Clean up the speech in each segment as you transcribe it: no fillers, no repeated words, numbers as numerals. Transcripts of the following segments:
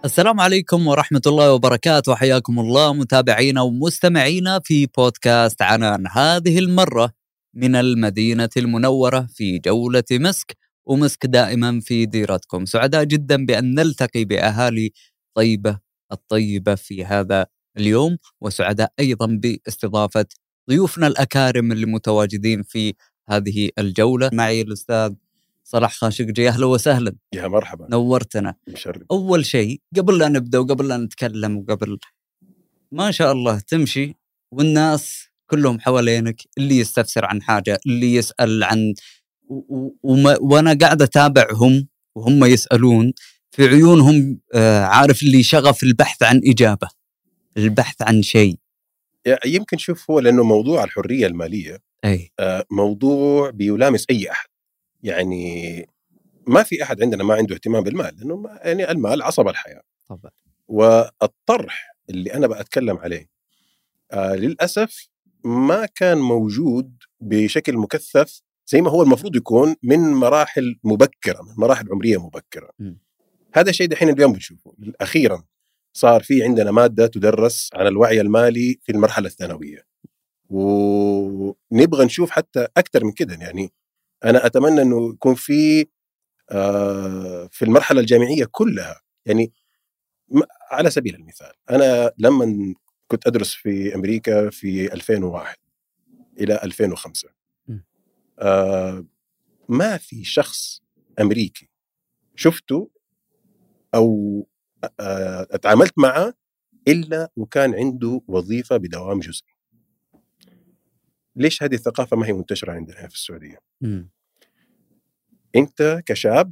السلام عليكم ورحمة الله وبركاته، وحياكم الله متابعينا ومستمعينا في بودكاست عنان. هذه المرة من المدينة المنورة في جولة مسك، ومسك دائما في ديرتكم. سعداء جدا بأن نلتقي بأهالي طيبة الطيبة في هذا اليوم، وسعداء أيضا باستضافة ضيوفنا الأكارم اللي متواجدين في هذه الجولة. معي الأستاذ صلاح خاشقجي، أهلا وسهلا. يا مرحبا، نورتنا. مشرف. أول شيء قبل لا نبدأ وقبل لا نتكلم وقبل ما شاء الله تمشي والناس كلهم حوالينك، اللي يستفسر عن حاجة، اللي يسأل عن وأنا قاعد أتابعهم وهم يسألون في عيونهم، عارف اللي شغف البحث عن إجابة، البحث عن شيء. يمكن شوف، هو لأنه موضوع الحرية المالية موضوع بيلامس أي أحد. يعني ما في أحد عندنا ما عنده اهتمام بالمال، لأنه يعني المال عصب الحياة طبعا. والطرح اللي أنا بأتكلم عليه للأسف ما كان موجود بشكل مكثف زي ما هو المفروض يكون من مراحل مبكرة، من مراحل عمرية مبكرة. هذا الشيء دحين اليوم بنشوفه. أخيرا صار في عندنا مادة تدرس عن الوعي المالي في المرحلة الثانوية، ونبغى نشوف حتى أكثر من كده. يعني أنا أتمنى أنه يكون في المرحلة الجامعية كلها. يعني على سبيل المثال، أنا لما كنت أدرس في أمريكا في 2001 إلى 2005 ما في شخص أمريكي شفته أو أتعاملت معه إلا وكان عنده وظيفة بدوام جزئي. ليش هذه الثقافة ما هي منتشرة عندنا في السعودية؟ أنت كشاب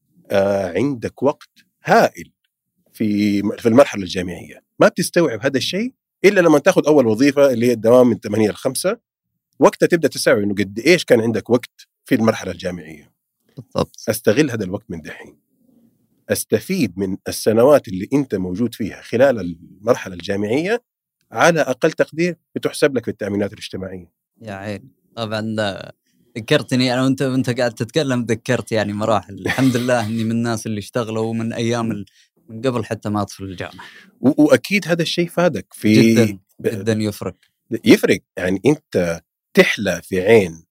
عندك وقت هائل في المرحلة الجامعية، ما بتستوعب هذا الشيء إلا لما تأخذ أول وظيفة اللي هي الدوام من 8 إلى 5. وقتها تبدأ تستوعب إنه قد إيش كان عندك وقت في المرحلة الجامعية. بالضبط. أستغل هذا الوقت من دحين، أستفيد من السنوات اللي أنت موجود فيها خلال المرحلة الجامعية، على أقل تقدير بتحسب لك في التأمينات الاجتماعية. يا عين. طبعا ذكرتني أنا وأنت قاعد تتكلم، ذكرت يعني مراحل. الحمد لله إني من الناس اللي اشتغلوا من أيام من قبل حتى ما أدخل الجامعة. وأكيد هذا الشيء فادك في جدا يفرق. يعني أنت تحلى في عين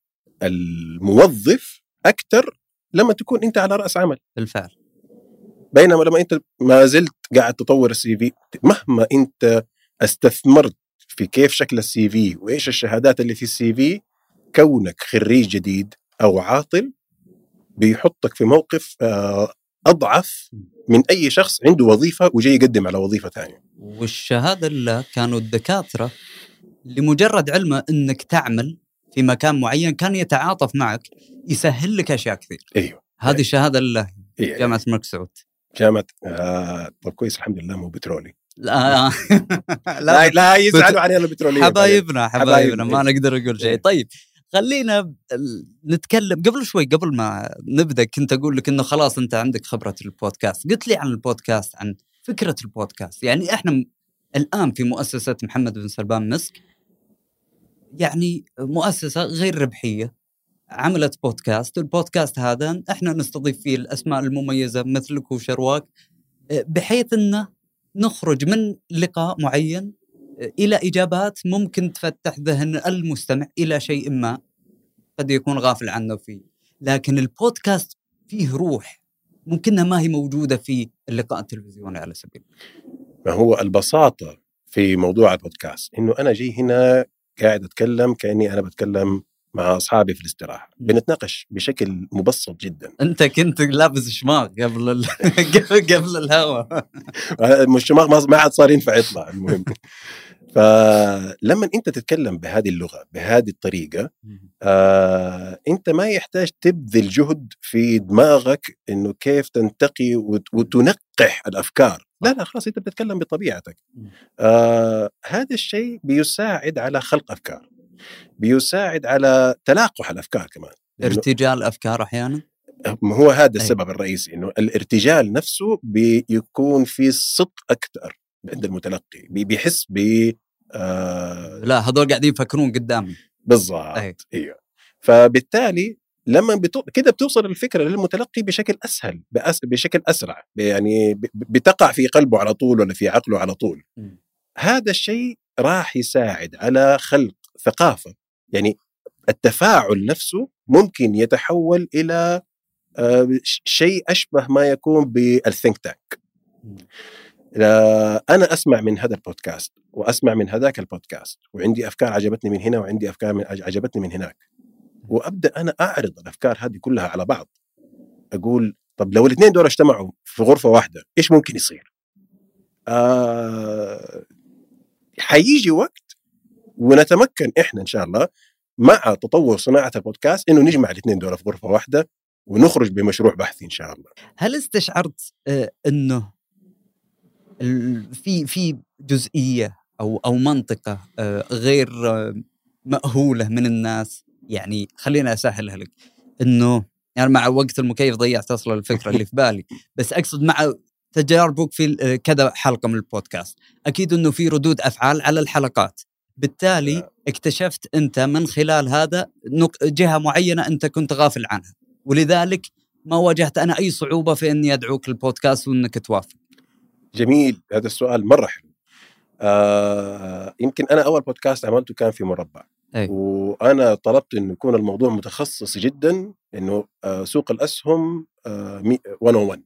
الموظف أكتر لما تكون أنت على رأس عمل. بالفعل. بينما لما أنت ما زلت قاعد تطور السي في، مهما أنت استثمرت في كيف شكل السي في وإيش الشهادات اللي في السي في، كونك خريج جديد أو عاطل بيحطك في موقف أضعف من أي شخص عنده وظيفة وجاي يقدم على وظيفة ثانية. والشهادة اللي كانوا الدكاترة لمجرد علمه أنك تعمل في مكان معين كان يتعاطف معك، يسهل لك أشياء كثير. أيوه، هذه الشهادة اللي أيوه. جامعة الملك سعود. جامعة طب كويس، الحمد لله مو بترولي. لا لا يزعلوا علينا البتروليين. حبايبنا ما نقدر نقول شيء. طيب خلينا نتكلم. قبل شوي قبل ما نبدأ كنت أقول لك إنه خلاص أنت عندك خبرة البودكاست. قلت لي عن البودكاست، عن فكرة البودكاست. يعني إحنا الآن في مؤسسة محمد بن سلمان مسك، يعني مؤسسة غير ربحية، عملت بودكاست. البودكاست هذا إحنا نستضيف فيه الأسماء المميزة مثلك وشرواك، بحيث إنه نخرج من لقاء معين إلى إجابات ممكن تفتح ذهن المستمع إلى شيء ما قد يكون غافل عنه فيه. لكن البودكاست فيه روح ممكنها ما هي موجودة في اللقاء التلفزيوني على سبيل. ما هو البساطة في موضوع البودكاست إنه أنا جاي هنا قاعد أتكلم كأني أنا بتكلم مع أصحابي في الاستراحة، بنتناقش بشكل مبسط جدا. أنت كنت لابس شماغ قبل قبل الهواء. مش شماغ، ما عاد صار ينفع يطلع. المهم فلما أنت تتكلم بهذه اللغة بهذه الطريقة، أنت ما يحتاج تبذل جهد في دماغك إنه كيف تنتقي وتنقح الأفكار. لا خلاص، أنت بتتكلم بطبيعتك. هذا الشيء بيساعد على خلق أفكار، بيساعد على تلاقح الأفكار كمان. ارتجال أفكار أحيانا. هو هذا السبب الرئيسي، إنه الارتجال نفسه بيكون في صدق أكثر عند المتلقي، بيحس لا هذول قاعدين يفكرون قدامي. بالضبط. ايوه. فبالتالي لما كده بتوصل الفكرة للمتلقي بشكل أسهل، بشكل أسرع، يعني بتقع في قلبه على طول ولا في عقله على طول. هذا الشيء راح يساعد على خلق ثقافة، يعني التفاعل نفسه ممكن يتحول إلى شيء أشبه ما يكون بالثينك تانك. أنا أسمع من هذا البودكاست وأسمع من هذاك البودكاست، وعندي أفكار عجبتني من هنا وعندي أفكار عجبتني من هناك، وأبدأ أنا أعرض الأفكار هذه كلها على بعض. أقول طب لو الاثنين دول اجتمعوا في غرفة واحدة إيش ممكن يصير؟ حيجي وقت ونتمكن إحنا إن شاء الله مع تطور صناعة البودكاست إنه نجمع الاثنين دول في غرفة واحدة ونخرج بمشروع بحثي إن شاء الله. هل استشعرت إنه في جزئية أو منطقة غير مأهولة من الناس؟ يعني خلينا أسهلها لك، إنه يعني مع وقت المكيف ضيعت أصلا الفكرة اللي في بالي، بس أقصد مع تجاربك في كذا حلقة من البودكاست أكيد إنه في ردود أفعال على الحلقات، بالتالي اكتشفت أنت من خلال هذا جهة معينة أنت كنت غافل عنها، ولذلك ما واجهت أنا أي صعوبة في أني أدعوك البودكاست وأنك توافق. جميل، هذا السؤال مرة حلو. يمكن أنا أول بودكاست عملته كان في مربع، وأنا طلبت إنه يكون الموضوع متخصص جدا، إنه سوق الأسهم 101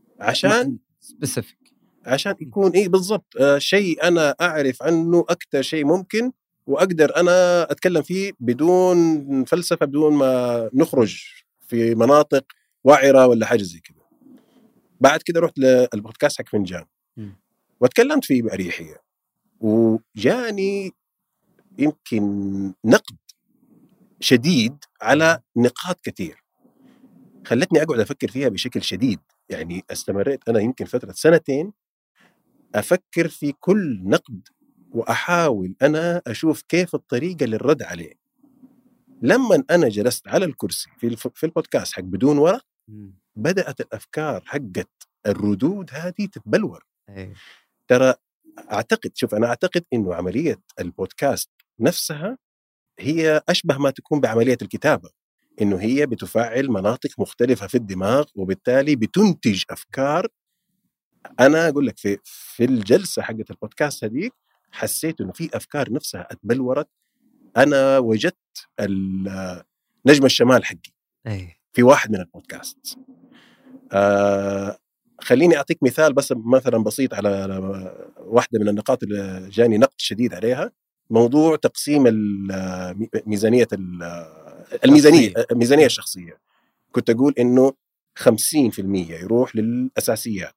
عشان يكون إيه بالضبط شيء أنا أعرف عنه أكثر شيء ممكن، وأقدر أنا أتكلم فيه بدون فلسفة، بدون ما نخرج في مناطق وعرة ولا حاجة زي كده. بعد كده رحت للبودكاست حق فنجان واتكلمت فيه بأريحية، وجاني يمكن نقد شديد على نقاط كثير خلتني أقعد أفكر فيها بشكل شديد. يعني استمريت أنا يمكن فترة 2 أفكر في كل نقد وأحاول أنا أشوف كيف الطريقة للرد عليه. لما أنا جلست على الكرسي في البودكاست حق بدون ورق، بدأت الأفكار حقت الردود هذه تتبلور. ترى أنا أعتقد إنه عملية البودكاست نفسها هي أشبه ما تكون بعملية الكتابة، إنه هي بتفعل مناطق مختلفة في الدماغ، وبالتالي بتنتج أفكار. أنا أقول لك في الجلسة حقت البودكاست هذيك حسيت إنه في أفكار نفسها أتبلورت. أنا وجدت نجم الشمال حقي في واحد من البودكاست. خليني أعطيك مثال بس مثلا بسيط على واحدة من النقاط اللي جاني نقد شديد عليها، موضوع تقسيم الميزانية الشخصية. كنت أقول إنه 50% يروح للأساسيات،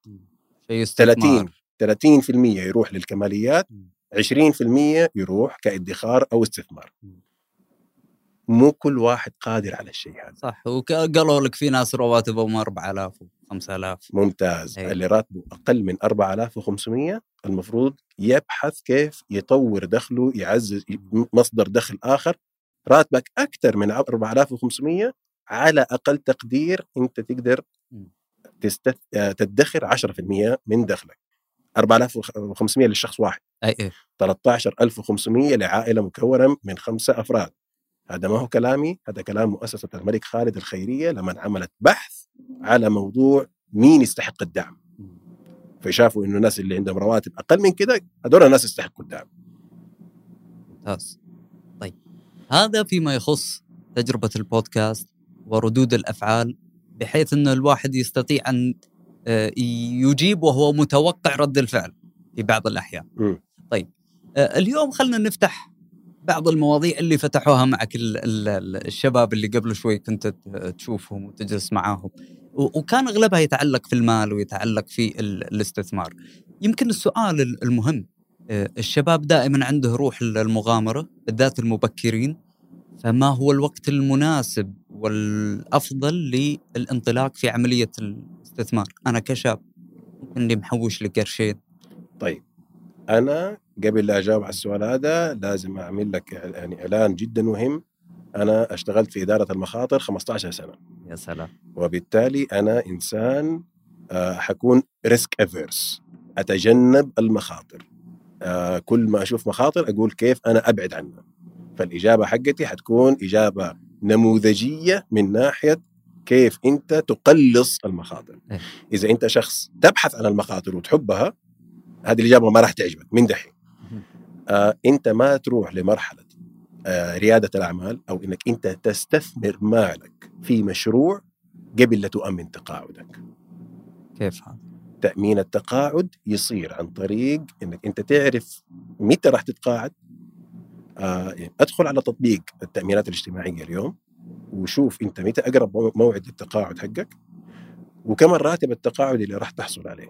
30% يروح للكماليات، 20% يروح كادخار أو استثمار. مو كل واحد قادر على الشيء هذا. صح، وقالوا لك في ناس رواتبهم 4000 و5000. ممتاز. اللي راتبه أقل من 4500 المفروض يبحث كيف يطور دخله، يعزز مصدر دخل آخر. راتبك أكثر من 4500 على أقل تقدير أنت تقدر تدخر 10% من دخلك. 4500 للشخص واحد، 13500 لعائلة مكونة من 5 أفراد. هذا ما هو كلامي، هذا كلام مؤسسة الملك خالد الخيرية لما عملت بحث على موضوع مين يستحق الدعم، فشافوا إنه الناس اللي عندهم رواتب أقل من كده هذول الناس يستحقوا الدعم. ممتاز. طيب هذا فيما يخص تجربة البودكاست وردود الأفعال، بحيث أن الواحد يستطيع أن يجيب وهو متوقع رد الفعل في بعض الأحيان. طيب اليوم خلنا نفتح بعض المواضيع اللي فتحوها معك الشباب اللي قبل شوي كنت تشوفهم وتجلس معاهم، وكان أغلبها يتعلق في المال ويتعلق في الاستثمار. يمكن السؤال المهم، الشباب دائما عنده روح المغامرة بالذات المبكرين، فما هو الوقت المناسب والأفضل للانطلاق في عملية الاستثمار؟ أنا كشاب اللي محوش لقرشين. طيب أنا قبل لا أجاوب على السؤال هذا لازم أعمل لك يعني إعلان جدا مهم. أنا اشتغلت في إدارة المخاطر 15 سنة. يا سلام. وبالتالي أنا إنسان حكون ريسك أفيرس، أتجنب المخاطر. كل ما أشوف مخاطر أقول كيف أنا أبعد عنها. فالإجابة حقتي حتكون إجابة نموذجية من ناحية كيف أنت تقلص المخاطر. إذا أنت شخص تبحث عن المخاطر وتحبها، هذه الإجابة ما راح تعجبك من دحين. أنت ما تروح لمرحلة ريادة الأعمال أو إنك أنت تستثمر مالك في مشروع قبل لا تؤمن تقاعدك. كيف هذا؟ تأمين التقاعد يصير عن طريق إنك أنت تعرف متى راح تتقاعد. أدخل على تطبيق التأمينات الاجتماعية اليوم وشوف أنت متى أقرب موعد التقاعد حقك، وكم راتب التقاعد اللي راح تحصل عليه،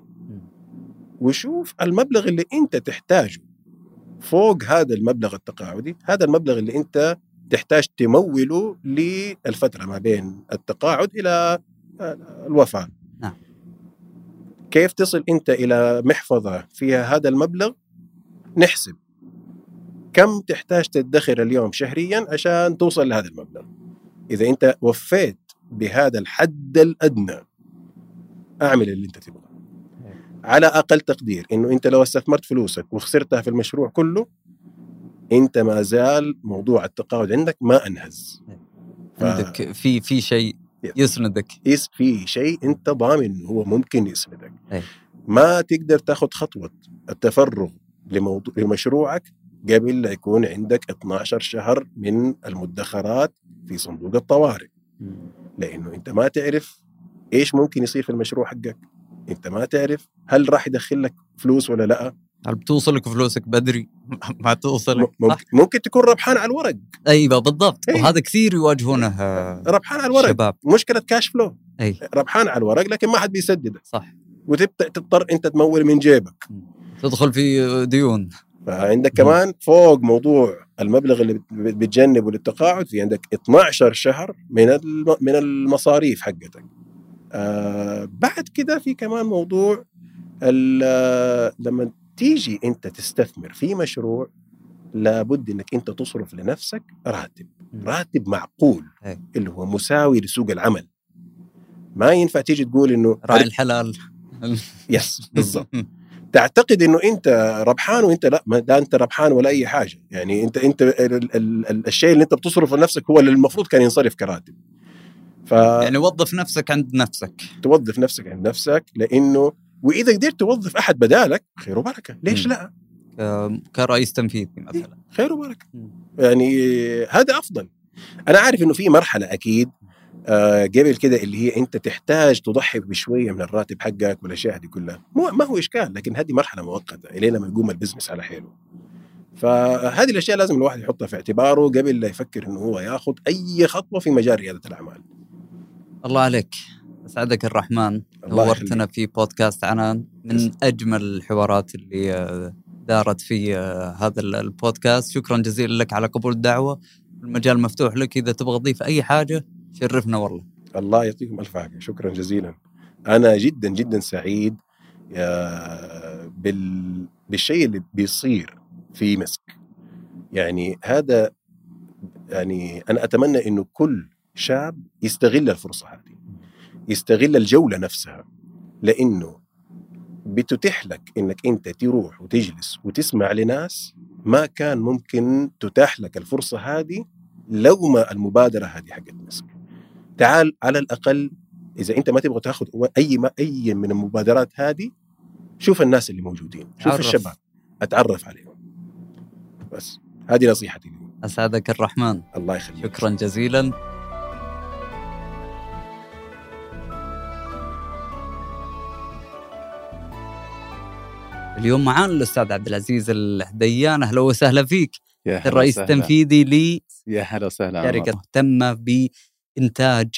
وشوف المبلغ اللي أنت تحتاجه فوق هذا المبلغ التقاعدي، هذا المبلغ اللي أنت تحتاج تموله للفترة ما بين التقاعد إلى الوفاة. نعم. كيف تصل أنت إلى محفظة فيها هذا المبلغ؟ نحسب كم تحتاج تدخر اليوم شهريا عشان توصل لهذا المبلغ. إذا أنت وفيت بهذا الحد الأدنى، أعمل اللي أنت تبغاه. على أقل تقدير إنه أنت لو استثمرت فلوسك وخسرتها في المشروع كله، أنت ما زال موضوع التقاعد عندك ما أنهز. عندك في شيء يسندك، في شيء أنت ضامن هو ممكن يسندك. ما تقدر تاخد خطوة التفرغ لمشروعك قبل لا يكون عندك 12 شهر من المدخرات في صندوق الطوارئ، لأنه أنت ما تعرف إيش ممكن يصير في المشروع حقك. أنت ما تعرف هل راح يدخل لك فلوس ولا لا، هل بتوصلك فلوسك بدري ما توصلك. ممكن تكون ربحان على الورق. أيوة بالضبط. وهذا كثير يواجهونه ربحان على الورق شباب. مشكلة كاش فلو. ربحان على الورق لكن ما حد بيسددك. صح. وتبدأ تضطر أنت تمول من جيبك، تدخل في ديون. فعندك كمان فوق موضوع المبلغ اللي بتجنبه للتقاعد، في عندك 12 شهر من المصاريف حقتك. بعد كده في كمان موضوع لما تيجي أنت تستثمر في مشروع، لابد أنك أنت تصرف لنفسك راتب معقول اللي هو مساوي لسوق العمل. ما ينفع تيجي تقول إنه راعي الحلال. يس بالضبط. تعتقد إنه أنت ربحان وأنت لا، ما ده أنت ربحان ولا أي حاجة. يعني أنت الشيء اللي أنت بتصرفه لنفسك هو اللي المفروض كان ينصرف كراتب. يعني وظف نفسك عند نفسك. توظف نفسك عند نفسك، لأنه وإذا قدرت توظف أحد بدالك خير وبركة، ليش لا؟ كرئيس تنفيذي مثلا خير وبركة. يعني هذا أفضل. أنا عارف إنه في مرحلة أكيد قبل كده اللي هي أنت تحتاج تضحي بشوية من الراتب حقك والأشياء دي كلها، ما هو إشكال، لكن هذه مرحلة مؤقتة إلى لما يقوم البزنس على حيله. فهذه الأشياء لازم الواحد يحطها في اعتباره قبل لا يفكر إنه هو ياخذ أي خطوة في مجال ريادة الأعمال. الله عليك، أسعدك الرحمن. نورتنا في بودكاست عنان، من أجمل الحوارات اللي دارت في هذا البودكاست. شكرا جزيلا لك على قبول الدعوة. المجال مفتوح لك، إذا تبغى تضيف أي حاجة شرفنا والله. الله يعطيكم ألف عافية. شكرا جزيلا. أنا جدا جدا سعيد بالشيء اللي بيصير في مسك. يعني هذا، يعني أنا أتمنى إنه كل شاب يستغل الفرصة هذه، يستغل الجولة نفسها، لأنه بتتيح لك إنك أنت تروح وتجلس وتسمع لناس ما كان ممكن تتاح لك الفرصة هذه لو ما المبادرة هذه حقت مسك. تعال على الأقل إذا أنت ما تبغى تأخذ أي من المبادرات هذه، شوف الناس اللي موجودين، شوف الشباب، أتعرف عليهم. بس هذه نصيحتي. أسعدك الرحمن. الله يخليك. شكرا جزيلا. اليوم معانا الأستاذ عبد العزيز الهديان. أهلا وسهلا فيك. الرئيس التنفيذي لي يا هلا وسهلا. شركة مهتمة بإنتاج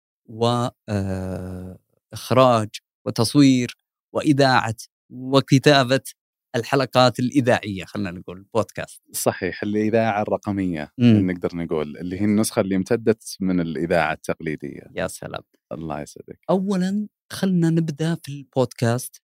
وإخراج وتصوير وإذاعة وكتابة الحلقات الإذاعية، خلنا نقول بودكاست. صحيح، الإذاعة الرقمية نقدر نقول اللي هي النسخة اللي امتدت من الإذاعة التقليدية. يا سلام. الله يسعدك. أولا خلنا نبدأ في البودكاست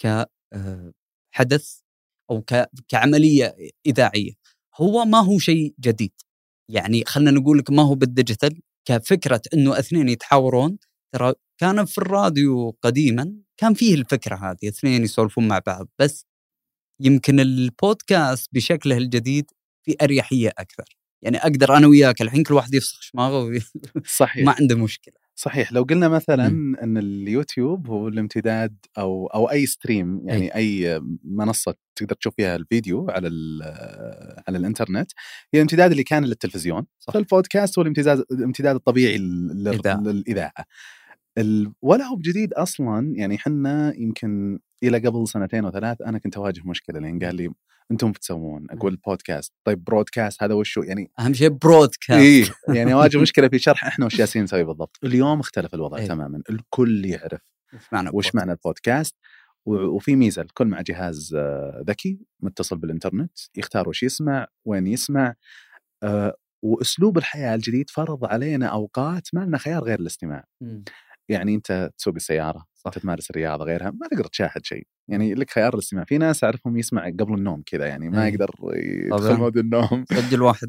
كحدث أو كعملية إذاعية. هو ما هو شيء جديد، يعني خلنا نقول لك ما هو بالديجيتال. كفكرة إنه اثنين يتحاورون، ترى كان في الراديو قديما كان فيه الفكرة هذه، اثنين يسولفون مع بعض، بس يمكن البودكاست بشكله الجديد في أريحية أكثر. يعني اقدر انا وياك الحين كل واحد يفسخ شماغه صحيح. ما عنده مشكله. صحيح. لو قلنا مثلا ان اليوتيوب هو الامتداد او اي ستريم، يعني اي منصه تقدر تشوف فيها الفيديو على الانترنت، هي الامتداد اللي كان للتلفزيون. فالبودكاست هو الامتداد الطبيعي للاذاعه. ولا هو بجديد اصلا، يعني حنا يمكن الى قبل 2 أو 3 انا كنت اواجه مشكله لين قال لي انتم بتسوون، اقول بودكاست، طيب برودكاست هذا وشو يعني؟ اهم شيء برودكاست. يعني اواجه مشكله في شرح احنا وش جالسين نسوي بالضبط. اليوم اختلف الوضع تماما، الكل يعرف وش معنى البودكاست. وفي ميزه، الكل مع جهاز ذكي متصل بالانترنت يختار وش يسمع وين يسمع. واسلوب الحياه الجديد فرض علينا اوقات ما لنا خيار غير الاستماع. يعني انت تسوق السياره، انت تمارس الرياضه غيرها، ما تقدر تشاهد شيء، يعني لك خيار الاستماع. في ناس اعرفهم يسمع قبل النوم كذا، يعني ما يقدر يدخل مود النوم سجل واحد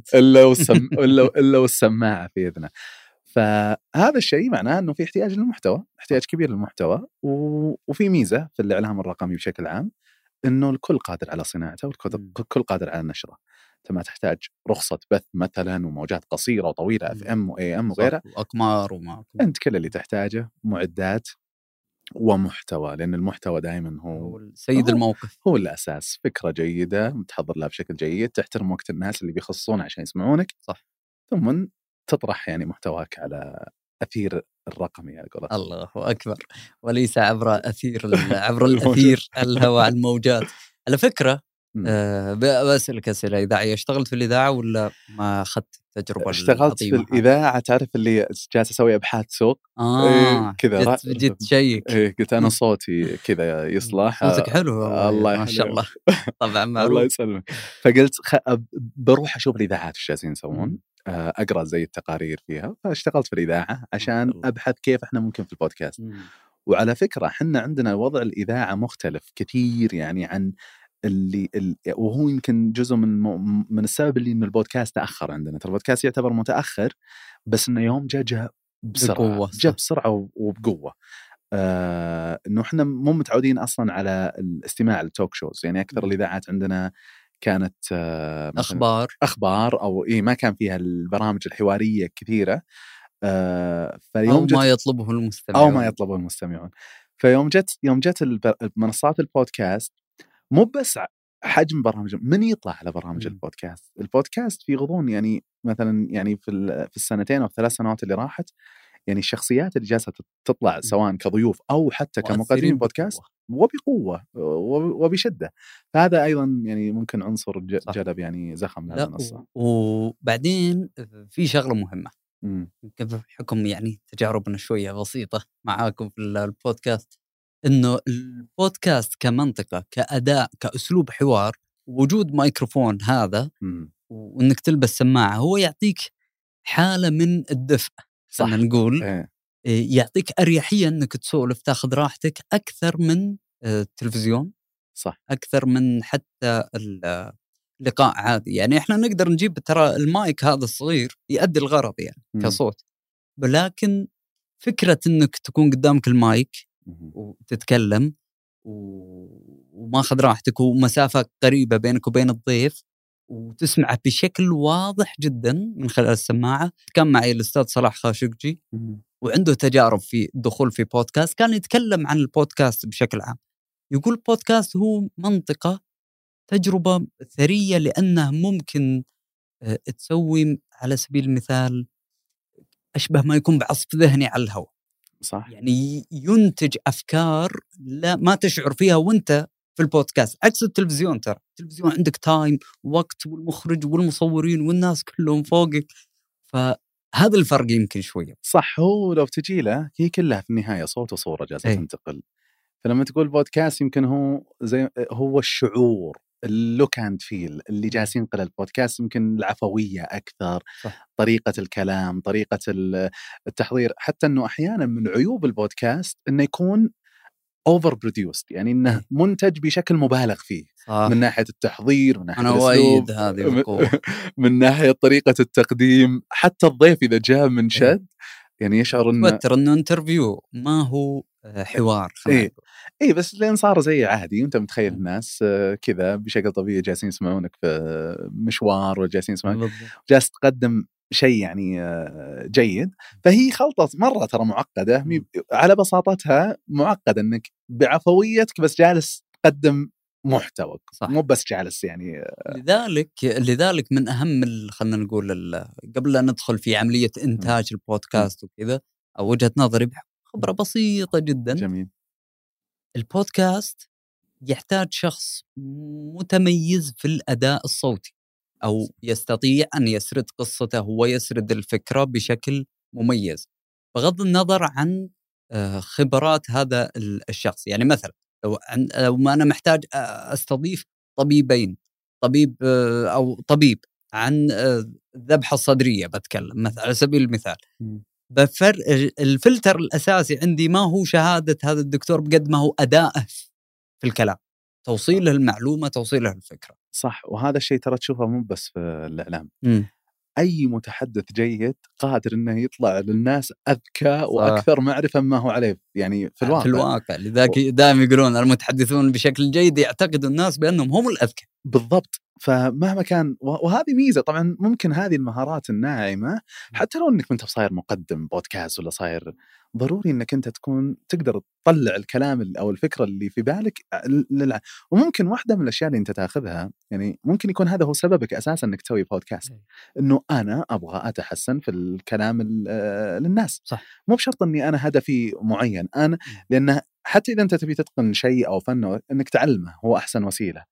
الا والسماعه في اذنه. فهذا الشيء معناه انه في احتياج للمحتوى، احتياج كبير للمحتوى. وفي ميزه في الاعلام الرقمي بشكل عام، انه الكل قادر على صناعته والكل قادر على نشره. انت ما تحتاج رخصه بث مثلا وموجات قصيره وطويله FM وAM وغيرها، واقمار وما انت كل اللي تحتاجه معدات ومحتوى، لان المحتوى دائما هو سيد الموقف، هو الاساس. فكره جيده متحضر لها بشكل جيد، تحترم وقت الناس اللي بيخصصون عشان يسمعونك، صح، ثم تطرح يعني محتواك على اثير الرقمي يا قولة الله اكبر، وليس عبر عبر الاثير الهواء الموجات. على فكره بسألك أسئلة إذاعية، اشتغلت في الإذاعة ولا ما أخذت التجربة؟ اشتغلت في الإذاعة، تعرف اللي جالس أسوي أبحاث سوق كذا، جيت شيك قلت أنا صوتي كذا يصلح، صوتك حلو الله ما شاء الله طبعا معروف. الله يسلمك. فقلت بروح أشوف الإذاعات إيش جالسين يسوون، أقرأ زي التقارير فيها. فاشتغلت في الإذاعة عشان أبحث كيف إحنا ممكن في البودكاست. وعلى فكرة حنا عندنا وضع الإذاعة مختلف كثير يعني عن وهو يمكن جزء من السبب اللي إنه البودكاست تأخر عندنا. البودكاست يعتبر متأخر، بس إنه يوم جاء بسرعة وبقوة. إنه إحنا مو متعودين أصلاً على الاستماع للتوك شوز. يعني أكثر الإذاعات عندنا كانت أخبار أو ما كان فيها البرامج الحوارية كثيرة. أو ما يطلبه المستمعون. فيوم جت منصات البودكاست، مو بس حجم برامج من يطلع على برامج البودكاست في غضون، يعني مثلا يعني في السنتين أو 3 سنوات اللي راحت، يعني الشخصيات اللي جالسة تطلع سواء كضيوف أو حتى كمقدمين بودكاست وبقوة وبشدة. فهذا أيضا يعني ممكن عنصر جلب يعني زخم لهذا المنصة. وبعدين في شغلة مهمة بحكم يعني تجاربنا شوية بسيطة معاكم في البودكاست، إنه البودكاست كمنطقة، كأداء، كأسلوب حوار، وجود مايكروفون هذا وإنك تلبس سماعة هو يعطيك حالة من الدفء، خلينا نقول يعطيك أريحية إنك تسولف تاخذ راحتك أكثر من التلفزيون، صح، أكثر من حتى اللقاء عادي. يعني إحنا نقدر نجيب ترى المايك هذا الصغير يؤدي الغرض يعني كصوت، ولكن فكرة إنك تكون قدامك المايك وتتكلم وماخذ راحتك ومسافة قريبة بينك وبين الضيف وتسمعه بشكل واضح جدا من خلال السماعة. كان معي الأستاذ صلاح خاشقجي وعنده تجارب في الدخول في بودكاست، كان يتكلم عن البودكاست بشكل عام، يقول بودكاست هو منطقة تجربة ثرية، لأنه ممكن تسوي على سبيل المثال أشبه ما يكون بعصف ذهني على الهواء. صح، يعني ينتج أفكار لا ما تشعر فيها وانت في البودكاست، عكس التلفزيون. ترى التلفزيون عندك تايم وقت، والمخرج والمصورين والناس كلهم فوقك، فهذا الفرق يمكن شوية. صح. هو لو تجي له هي كلها في النهاية صوت وصورة جالسة تنتقل. فلما تقول بودكاست يمكن هو الشعور، اللوك اند فيل اللي جالس ينقل البودكاست، يمكن العفوية أكثر، صح. طريقة الكلام، طريقة التحضير. حتى أنه أحيانا من عيوب البودكاست أنه يكون اوفر بروديوست، يعني انه منتج بشكل مبالغ فيه. صح. من ناحيه التحضير، من ناحيه الاسلوب، هذه من ناحيه طريقه التقديم. حتى الضيف اذا جاء من شد يعني يشعر انه انترفيو، ما هو حوار اي بس لين صار زي عادي. انت متخيل الناس كذا بشكل طبيعي جالسين يسمعونك في مشوار وجالسين يسمعونك جالس تقدم شيء يعني جيد. فهي خلطة مرة ترى معقدة، على بساطتها معقدة انك بعفويتك بس جالس تقدم محتوى، مو بس جالس يعني. لذلك من اهم خلينا نقول قبل لا ندخل في عملية انتاج البودكاست وكذا، او وجهة نظري خبرة بسيطة جدا. جميل. البودكاست يحتاج شخص متميز في الأداء الصوتي، أو يستطيع أن يسرد قصته ويسرد الفكرة بشكل مميز بغض النظر عن خبرات هذا الشخص. يعني مثلا لو ما أنا محتاج أستضيف طبيبين، طبيب أو طبيب عن الذبحة الصدرية بتكلم مثلا على سبيل المثال، الفلتر الأساسي عندي ما هو شهادة هذا الدكتور بقد ما هو أداءه في الكلام، توصيله المعلومة، توصيله الفكرة. صح. وهذا الشيء ترى تشوفه مو بس في الإعلام. أي متحدث جيد قادر إنه يطلع للناس أذكى وأكثر معرفة مما هو عليه يعني في الواقع. لذلك دائما يقولون المتحدثون بشكل جيد يعتقد الناس بأنهم هم الأذكى. بالضبط. فمهما كان، وهذه ميزة طبعا، ممكن هذه المهارات الناعمة حتى لو انك انت صاير مقدم بودكاست ولا صاير، ضروري انك انت تكون تقدر تطلع الكلام او الفكرة اللي في بالك وممكن واحدة من الاشياء اللي انت تاخذها، يعني ممكن يكون هذا هو سببك اساسا انك تسوي بودكاست، انه انا ابغى اتحسن في الكلام للناس. صح. مو بشرط اني انا هدفي معين، انا لان حتى اذا انت تبي تتقن شيء او فن انك تعلمه هو احسن وسيلة.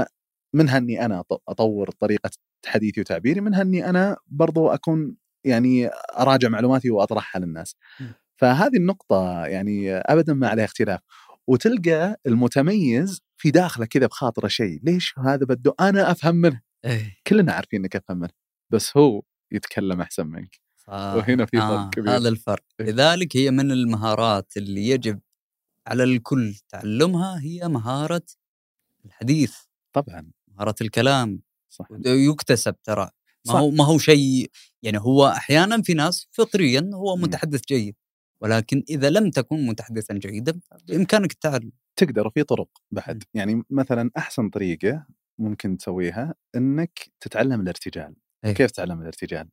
منها أني أنا أطور طريقة حديثي وتعبيري، منها أني أنا برضو أكون يعني أراجع معلوماتي وأطرحها للناس. فهذه النقطة يعني أبدا ما عليها اختلاف. وتلقى المتميز في داخله كذا بخاطره شيء، ليش هذا بده أنا أفهم منه؟ كلنا عارفين أنك أفهم منه، بس هو يتكلم أحسن منك. وهنا في فرق كبير. هذا الفرق. لذلك هي من المهارات اللي يجب على الكل تعلمها، هي مهارة الحديث. طبعا مهارة الكلام. صح. يكتسب ترى، ما هو شيء يعني. هو أحيانا في ناس فطريا هو متحدث جيد، ولكن إذا لم تكن متحدثا جيدا بإمكانك التعلم. تقدر في طرق بعد. يعني مثلا أحسن طريقة ممكن تسويها إنك تتعلم الارتجال. كيف تتعلم الارتجال؟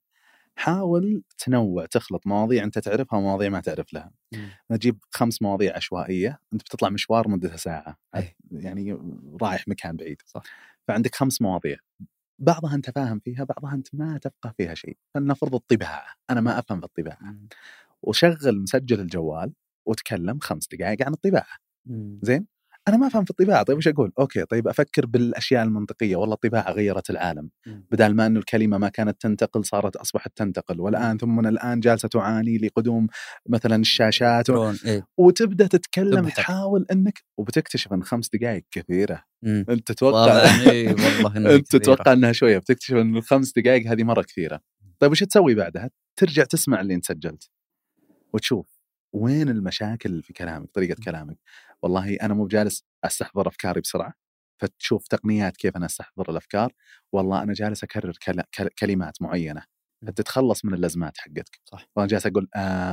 حاول تنوع، تخلط مواضيع أنت تعرفها ومواضيع ما تعرف لها. ما تجيب 5 مواضيع عشوائية، أنت بتطلع مشوار مدة ساعة، يعني رايح مكان بعيد. صح. فعندك 5 مواضيع، بعضها أنت فاهم فيها، بعضها أنت ما تفقه فيها شيء. فلنفرض الطباعة، أنا ما أفهم في الطباعة، وشغل مسجل الجوال وتكلم 5 دقائق عن الطباعة. زين، أنا ما أفهم في الطباعة، طيب وش أقول؟ أوكي طيب أفكر بالأشياء المنطقية. والله الطباعة غيرت العالم، بدل ما أنه الكلمة ما كانت تنتقل أصبحت تنتقل، والآن ثم الآن جالسة تعاني لقدوم مثلا الشاشات وتبدأ تتكلم تحاول أنك، وبتكتشف أن 5 دقائق كثيرة. أنت تتوقع أنت تتوقع أنها شوية، بتكتشف أن 5 دقائق هذه مرة كثيرة. طيب وش تسوي بعدها؟ ترجع تسمع اللي انت سجلت وتشوف وين المشاكل في كلامك، طريقة كلامك. والله أنا مو جالس أستحضر أفكاري بسرعة، فتشوف تقنيات كيف أنا أستحضر الأفكار. والله أنا جالس أكرر كلمات معينة، فتتخلص من اللازمات حقتك. صح. وأنا جالس أقول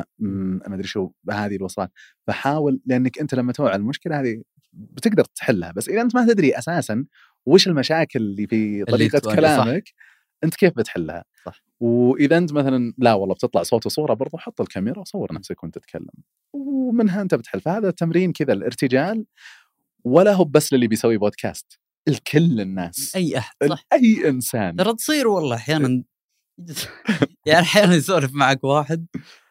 ما أدري شو هذه الوصفات. فحاول، لأنك أنت لما توعى المشكلة هذه بتقدر تحلها، بس إذا أنت ما تدري أساساً وش المشاكل اللي في طريقة كلامك، صح. أنت كيف بتحلها؟ صح. وإذا أنت مثلا لا والله بتطلع صوت وصورة، برضو حط الكاميرا وصور نفسك وأنت تتكلم، ومنها أنت بتحل. فهذا تمرين كذا الارتجال، ولا هو بس للي بيسوي بودكاست، الكل الناس، أي أحد، صح. أي إنسان. ترى تصير والله أحيانا يعني أحيانا يسولف معك واحد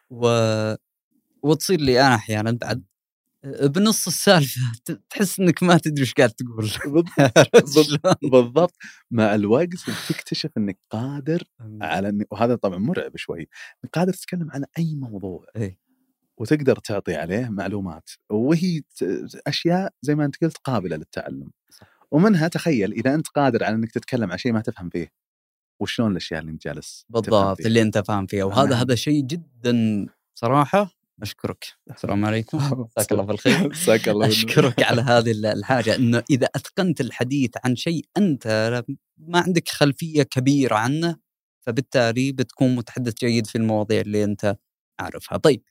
وتصير لي أنا أحيانا بعد بنص السالفة تحس إنك ما تدري إيش قاعد تقول. بالضبط. مع الوقت تكتشف إنك قادر على وهذا طبعا مرعب شوي، قادر تتكلم عن أي موضوع وتقدر تعطي عليه معلومات، وهي أشياء زي ما أنت قلت قابلة للتعلم. ومنها تخيل إذا أنت قادر على إنك تتكلم عن شيء ما تفهم فيه، وشلون الأشياء اللي أنت جالس بالضبط اللي أنت فاهم فيها. وهذا شيء جدا صراحة. أشكرك. السلام عليكم. مساك الله بالخير. مساك الله. أشكرك على هذه الحاجة، إنه إذا أتقنت الحديث عن شيء أنت ما عندك خلفية كبيرة عنه، فبالتالي بتكون متحدث جيد في المواضيع اللي أنت عارفها. طيب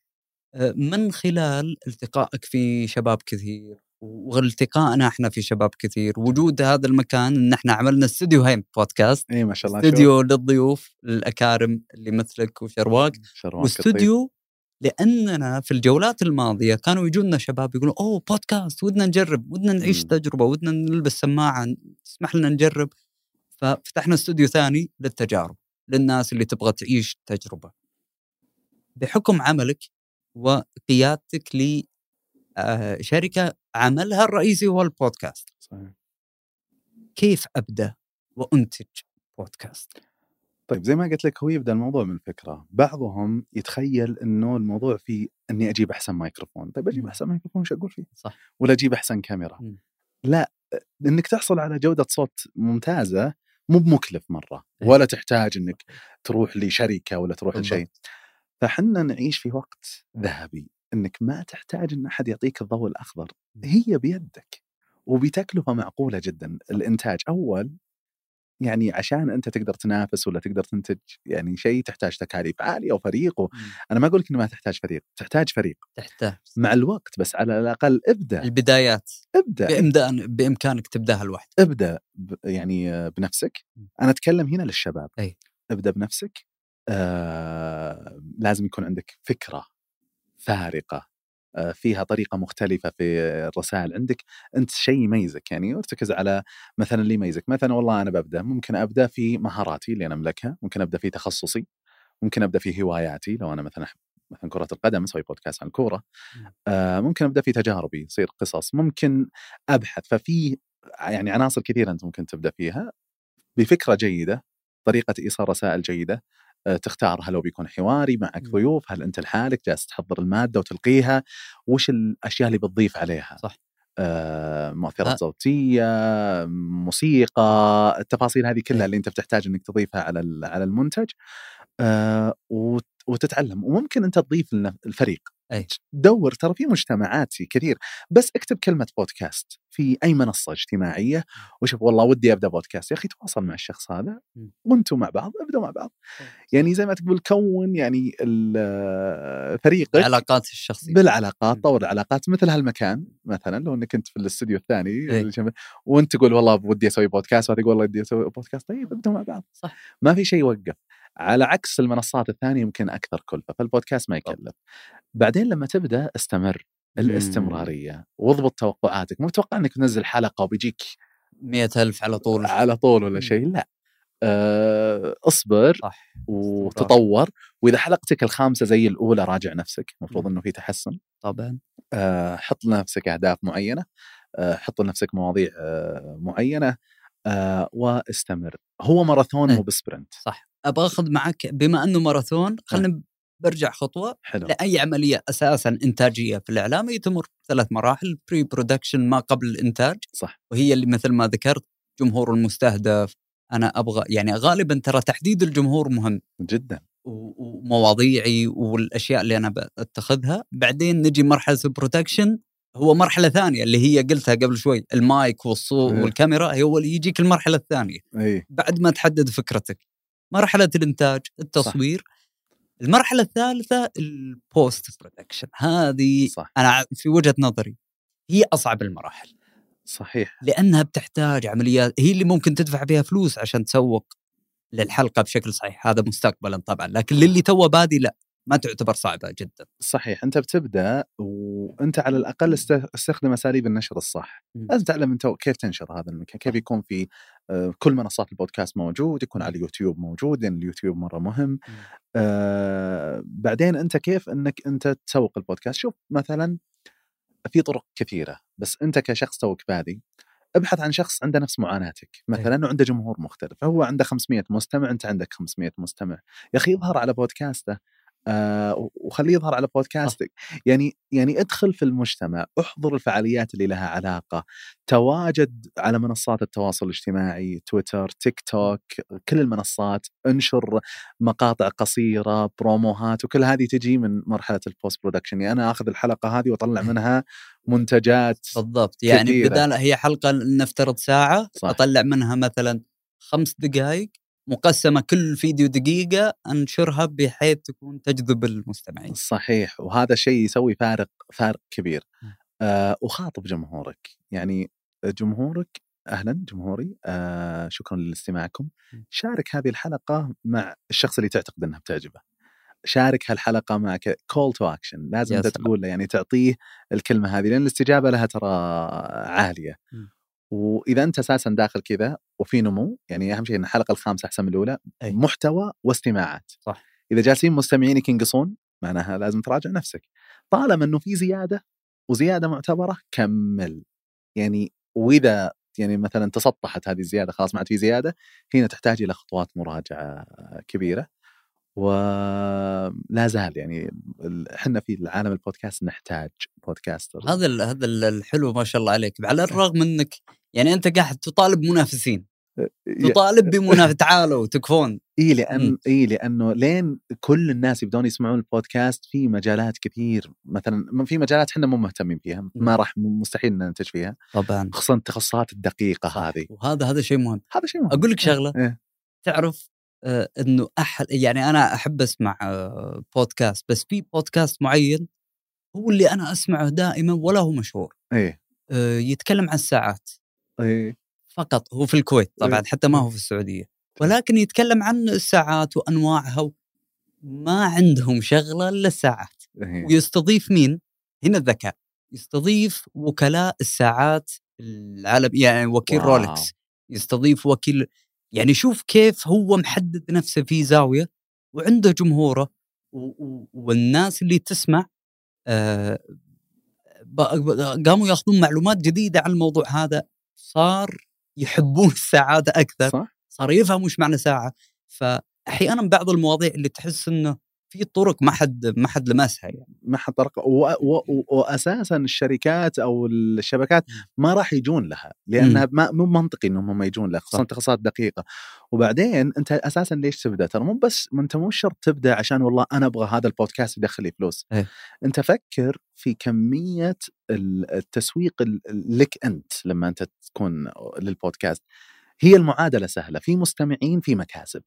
من خلال التقائك في شباب كثير والتقائنا احنا في شباب كثير، وجود هذا المكان ان احنا عملنا استوديو هاي بودكاست، اي ما شاء الله، استوديو للضيوف الأكارم اللي مثلك وشرواق، واستوديو لأننا في الجولات الماضية كانوا يجونا شباب يقولوا أوه بودكاست، ودنا نجرب، ودنا نعيش تجربة، ودنا نلبس سماعة تسمح لنا نجرب. ففتحنا استوديو ثاني للتجارب، للناس اللي تبغى تعيش تجربة. بحكم عملك وقيادتك لشركة عملها الرئيسي هو البودكاست، صحيح. كيف أبدأ وأنتج بودكاست؟ طيب زي ما قلت لك، هو يبدأ الموضوع من فكرة. بعضهم يتخيل إنه الموضوع في إني أجيب أحسن مايكروفون. طيب أجيب أحسن مايكروفون وش أقول فيه؟ صح. ولا أجيب أحسن كاميرا. لا، إنك تحصل على جودة صوت ممتازة مو بمكلف مرة، ولا تحتاج إنك تروح لشركة ولا تروح لشيء. فحنا نعيش في وقت ذهبي إنك ما تحتاج إن أحد يعطيك الضوء الأخضر، هي بيدك وبتكلفة معقولة جدا. الإنتاج أول يعني عشان أنت تقدر تنافس ولا تقدر تنتج يعني شيء تحتاج تكاليف عالية وفريق أنا ما أقول لك إنه ما تحتاج فريق، تحتاج فريق مع الوقت، بس على الأقل ابدأ. البدايات ابدأ بإمكانك تبدأها لوحدك. ابدأ يعني بنفسك. أنا أتكلم هنا للشباب. ابدأ بنفسك. لازم يكون عندك فكرة فارقة، فيها طريقة مختلفة في الرسائل. عندك أنت شيء يميزك، يعني ارتكز على مثلا اللي يميزك. مثلا والله أنا ممكن أبدأ في مهاراتي اللي أنا أملكها، ممكن أبدأ في تخصصي، ممكن أبدأ في هواياتي. لو أنا مثلا كرة القدم أسوي بودكاست عن الكورة. ممكن أبدأ في تجاربي، يصير قصص، ممكن أبحث. ففي يعني عناصر كثيرة أنت ممكن تبدأ فيها بفكرة جيدة، طريقة إيصال رسائل جيدة. تختار هل هو بيكون حواري معك ضيوف، هل أنت لحالك جالس تحضر المادة وتلقيها، وش الأشياء اللي بتضيف عليها. صح. مؤثرات صوتية، موسيقى، التفاصيل هذه كلها اللي أنت بتحتاج أنك تضيفها على المنتج. وتتعلم. وممكن أنت تضيف الفريق. دور، ترى في مجتمعات كثير، بس اكتب كلمة بودكاست في أي منصة اجتماعية وشوف والله ودي أبدأ بودكاست. يا أخي تواصل مع الشخص هذا وانتم مع بعض ابدأوا مع بعض. يعني زي ما تقول كون يعني فريقك، العلاقات الشخصية، بالعلاقات، طور العلاقات. مثل هالمكان مثلا لو انك كنت في الاستوديو الثاني وانت تقول والله ودي أسوي بودكاست، وهذا يقول والله ودي أسوي بودكاست، طيب ابدأوا مع بعض. صح. ما في شيء يوقف. على عكس المنصات الثانية يمكن أكثر كلفة، فالبودكاست ما يكلف. بعدين لما تبدأ استمر، الاستمرارية، واضبط توقعاتك. مو توقع أنك تنزل حلقة وبيجيك 100,000 على طول ولا شيء، لا. اصبر. صح. وتطور. وإذا حلقتك الخامسة زي الأولى راجع نفسك، مفروض أنه في تحسن طبعا. حط لنفسك أهداف معينة، حط لنفسك مواضيع معينة، واستمر. هو ماراثون مو بسبرنت. صح. أبغى أخذ معك بما أنه ماراثون، خلنا برجع خطوة. حلو. لأي عملية أساسا إنتاجية في الإعلام تمر 3 مراحل: بري برودكشن ما قبل الإنتاج، صح. وهي اللي مثل ما ذكرت جمهور المستهدف. أنا أبغى يعني غالبا ترى تحديد الجمهور مهم جدا، ومواضيعي والأشياء اللي أنا بأتخذها. بعدين نجي مرحلة البرودكشن، هو مرحلة ثانية اللي هي قلتها قبل شوي، المايك والصوت والكاميرا، هو اللي يجيك المرحلة الثانية بعد ما تحدد فكرتك. مرحلة الإنتاج، التصوير. صح. المرحلة الثالثة البوست برودكشن، هذه صح. أنا في وجهة نظري هي أصعب المراحل. صحيح. لأنها بتحتاج عمليات، هي اللي ممكن تدفع بها فلوس عشان تسوق للحلقة بشكل صحيح، هذا مستقبلا طبعا، لكن للي توه بادي لا، ما تعتبر صعبة جدا. صحيح. أنت بتبدأ وأنت على الأقل استخدم أساليب النشر الصح. لازم تعلم أنت كيف تنشر هذا المكان، كيف يكون في كل منصات البودكاست موجود، يكون على اليوتيوب موجود، لأن اليوتيوب مرة مهم. بعدين أنت كيف أنك أنت تسوق البودكاست. شوف مثلا في طرق كثيرة، بس أنت كشخص توك بادي ابحث عن شخص عنده نفس معاناتك مثلا وعنده جمهور مختلف. هو عنده 500 مستمع، أنت عندك 500 مستمع، يا أخي يظهر على بودكاسته وخليه يظهر على بودكاستك. يعني ادخل في المجتمع، احضر الفعاليات اللي لها علاقة، تواجد على منصات التواصل الاجتماعي، تويتر، تيك توك، كل المنصات، انشر مقاطع قصيرة، بروموهات، وكل هذه تجي من مرحلة البوست برودكشن. يعني أنا أخذ الحلقة هذه وأطلع منها منتجات بالضبط. يعني كثيرة. بدال هي حلقة نفترض ساعة، صح. أطلع منها مثلا 5 دقائق مقسمة، كل فيديو دقيقة أنشرها بحيث تكون تجذب المستمعين. صحيح، وهذا الشيء يسوي فارق كبير. وخاطب جمهورك، يعني جمهورك أهلا جمهوري، شكرا لاستماعكم. شارك هذه الحلقة مع الشخص اللي تعتقد أنها بتعجبه، شارك هالحلقة مع call to action، لازم أنت تقول له، يعني تعطيه الكلمة هذه، لأن الاستجابة لها ترى عالية. وإذا أنت أساسا داخل كذا وفي نمو، يعني أهم شيء أن الحلقة الخامسة أحسن من الأولى، محتوى واستماعات. صح. إذا جالسين مستمعينك ينقصون، معناها لازم تراجع نفسك. طالما أنه في زيادة وزيادة معتبرة، كمل يعني. وإذا يعني مثلا تسطحت هذه الزيادة، خلاص ما عاد في زيادة، هنا تحتاج إلى خطوات مراجعة كبيرة. ولا زال يعني احنا في العالم البودكاست نحتاج بودكاستر. هذا الحلو ما شاء الله عليك، على الرغم انك يعني انت قاعد تطالب منافسين، تطالب بمنافس، تعالوا تكفون. لانه لين كل الناس يبدون يسمعون البودكاست في مجالات كثير، مثلا في مجالات احنا مو مهتمين فيها، ما راح مستحيل ننتج فيها طبعا، خصوصا التخصصات الدقيقة هذه. وهذا شيء مهم. هذا شيء مهم. اقول لك شغله، تعرف انه يعني انا احب اسمع بودكاست، بس في بودكاست معين هو اللي انا اسمعه دائما ولا هو مشهور. يتكلم عن الساعات فقط، هو في الكويت طبعا، حتى ما هو في السعودية، ولكن يتكلم عن الساعات وانواعها، ما عندهم شغلة الا الساعات. ويستضيف مين هنا؟ الذكاء. يستضيف وكلاء الساعات العالم، يعني وكيل رولكس، يستضيف وكيل، يعني شوف كيف هو محدد نفسه في زاوية وعنده جمهوره، والناس اللي تسمع قاموا ياخذون معلومات جديدة عن الموضوع هذا، صار يحبون الساعات أكثر. صح؟ صار يفهم وش معنى ساعة. فأحيانا بعض المواضيع اللي تحس إنه في طرق ما حد لمسها، يعني ما حد طرق، وأساسا الشركات أو الشبكات ما راح يجون لها، لأنها مو منطقي إنهم ما يجون لها، خصوصا تخصصات دقيقة. وبعدين أنت أساسا ليش تبدأ؟ ترى مو بس، أنت مو شرط تبدأ عشان والله أنا أبغى هذا البودكاست يدخل لي فلوس. أنت فكر في كمية التسويق لك أنت لما أنت تكون للبودكاست. هي المعادلة سهلة، في مستمعين، في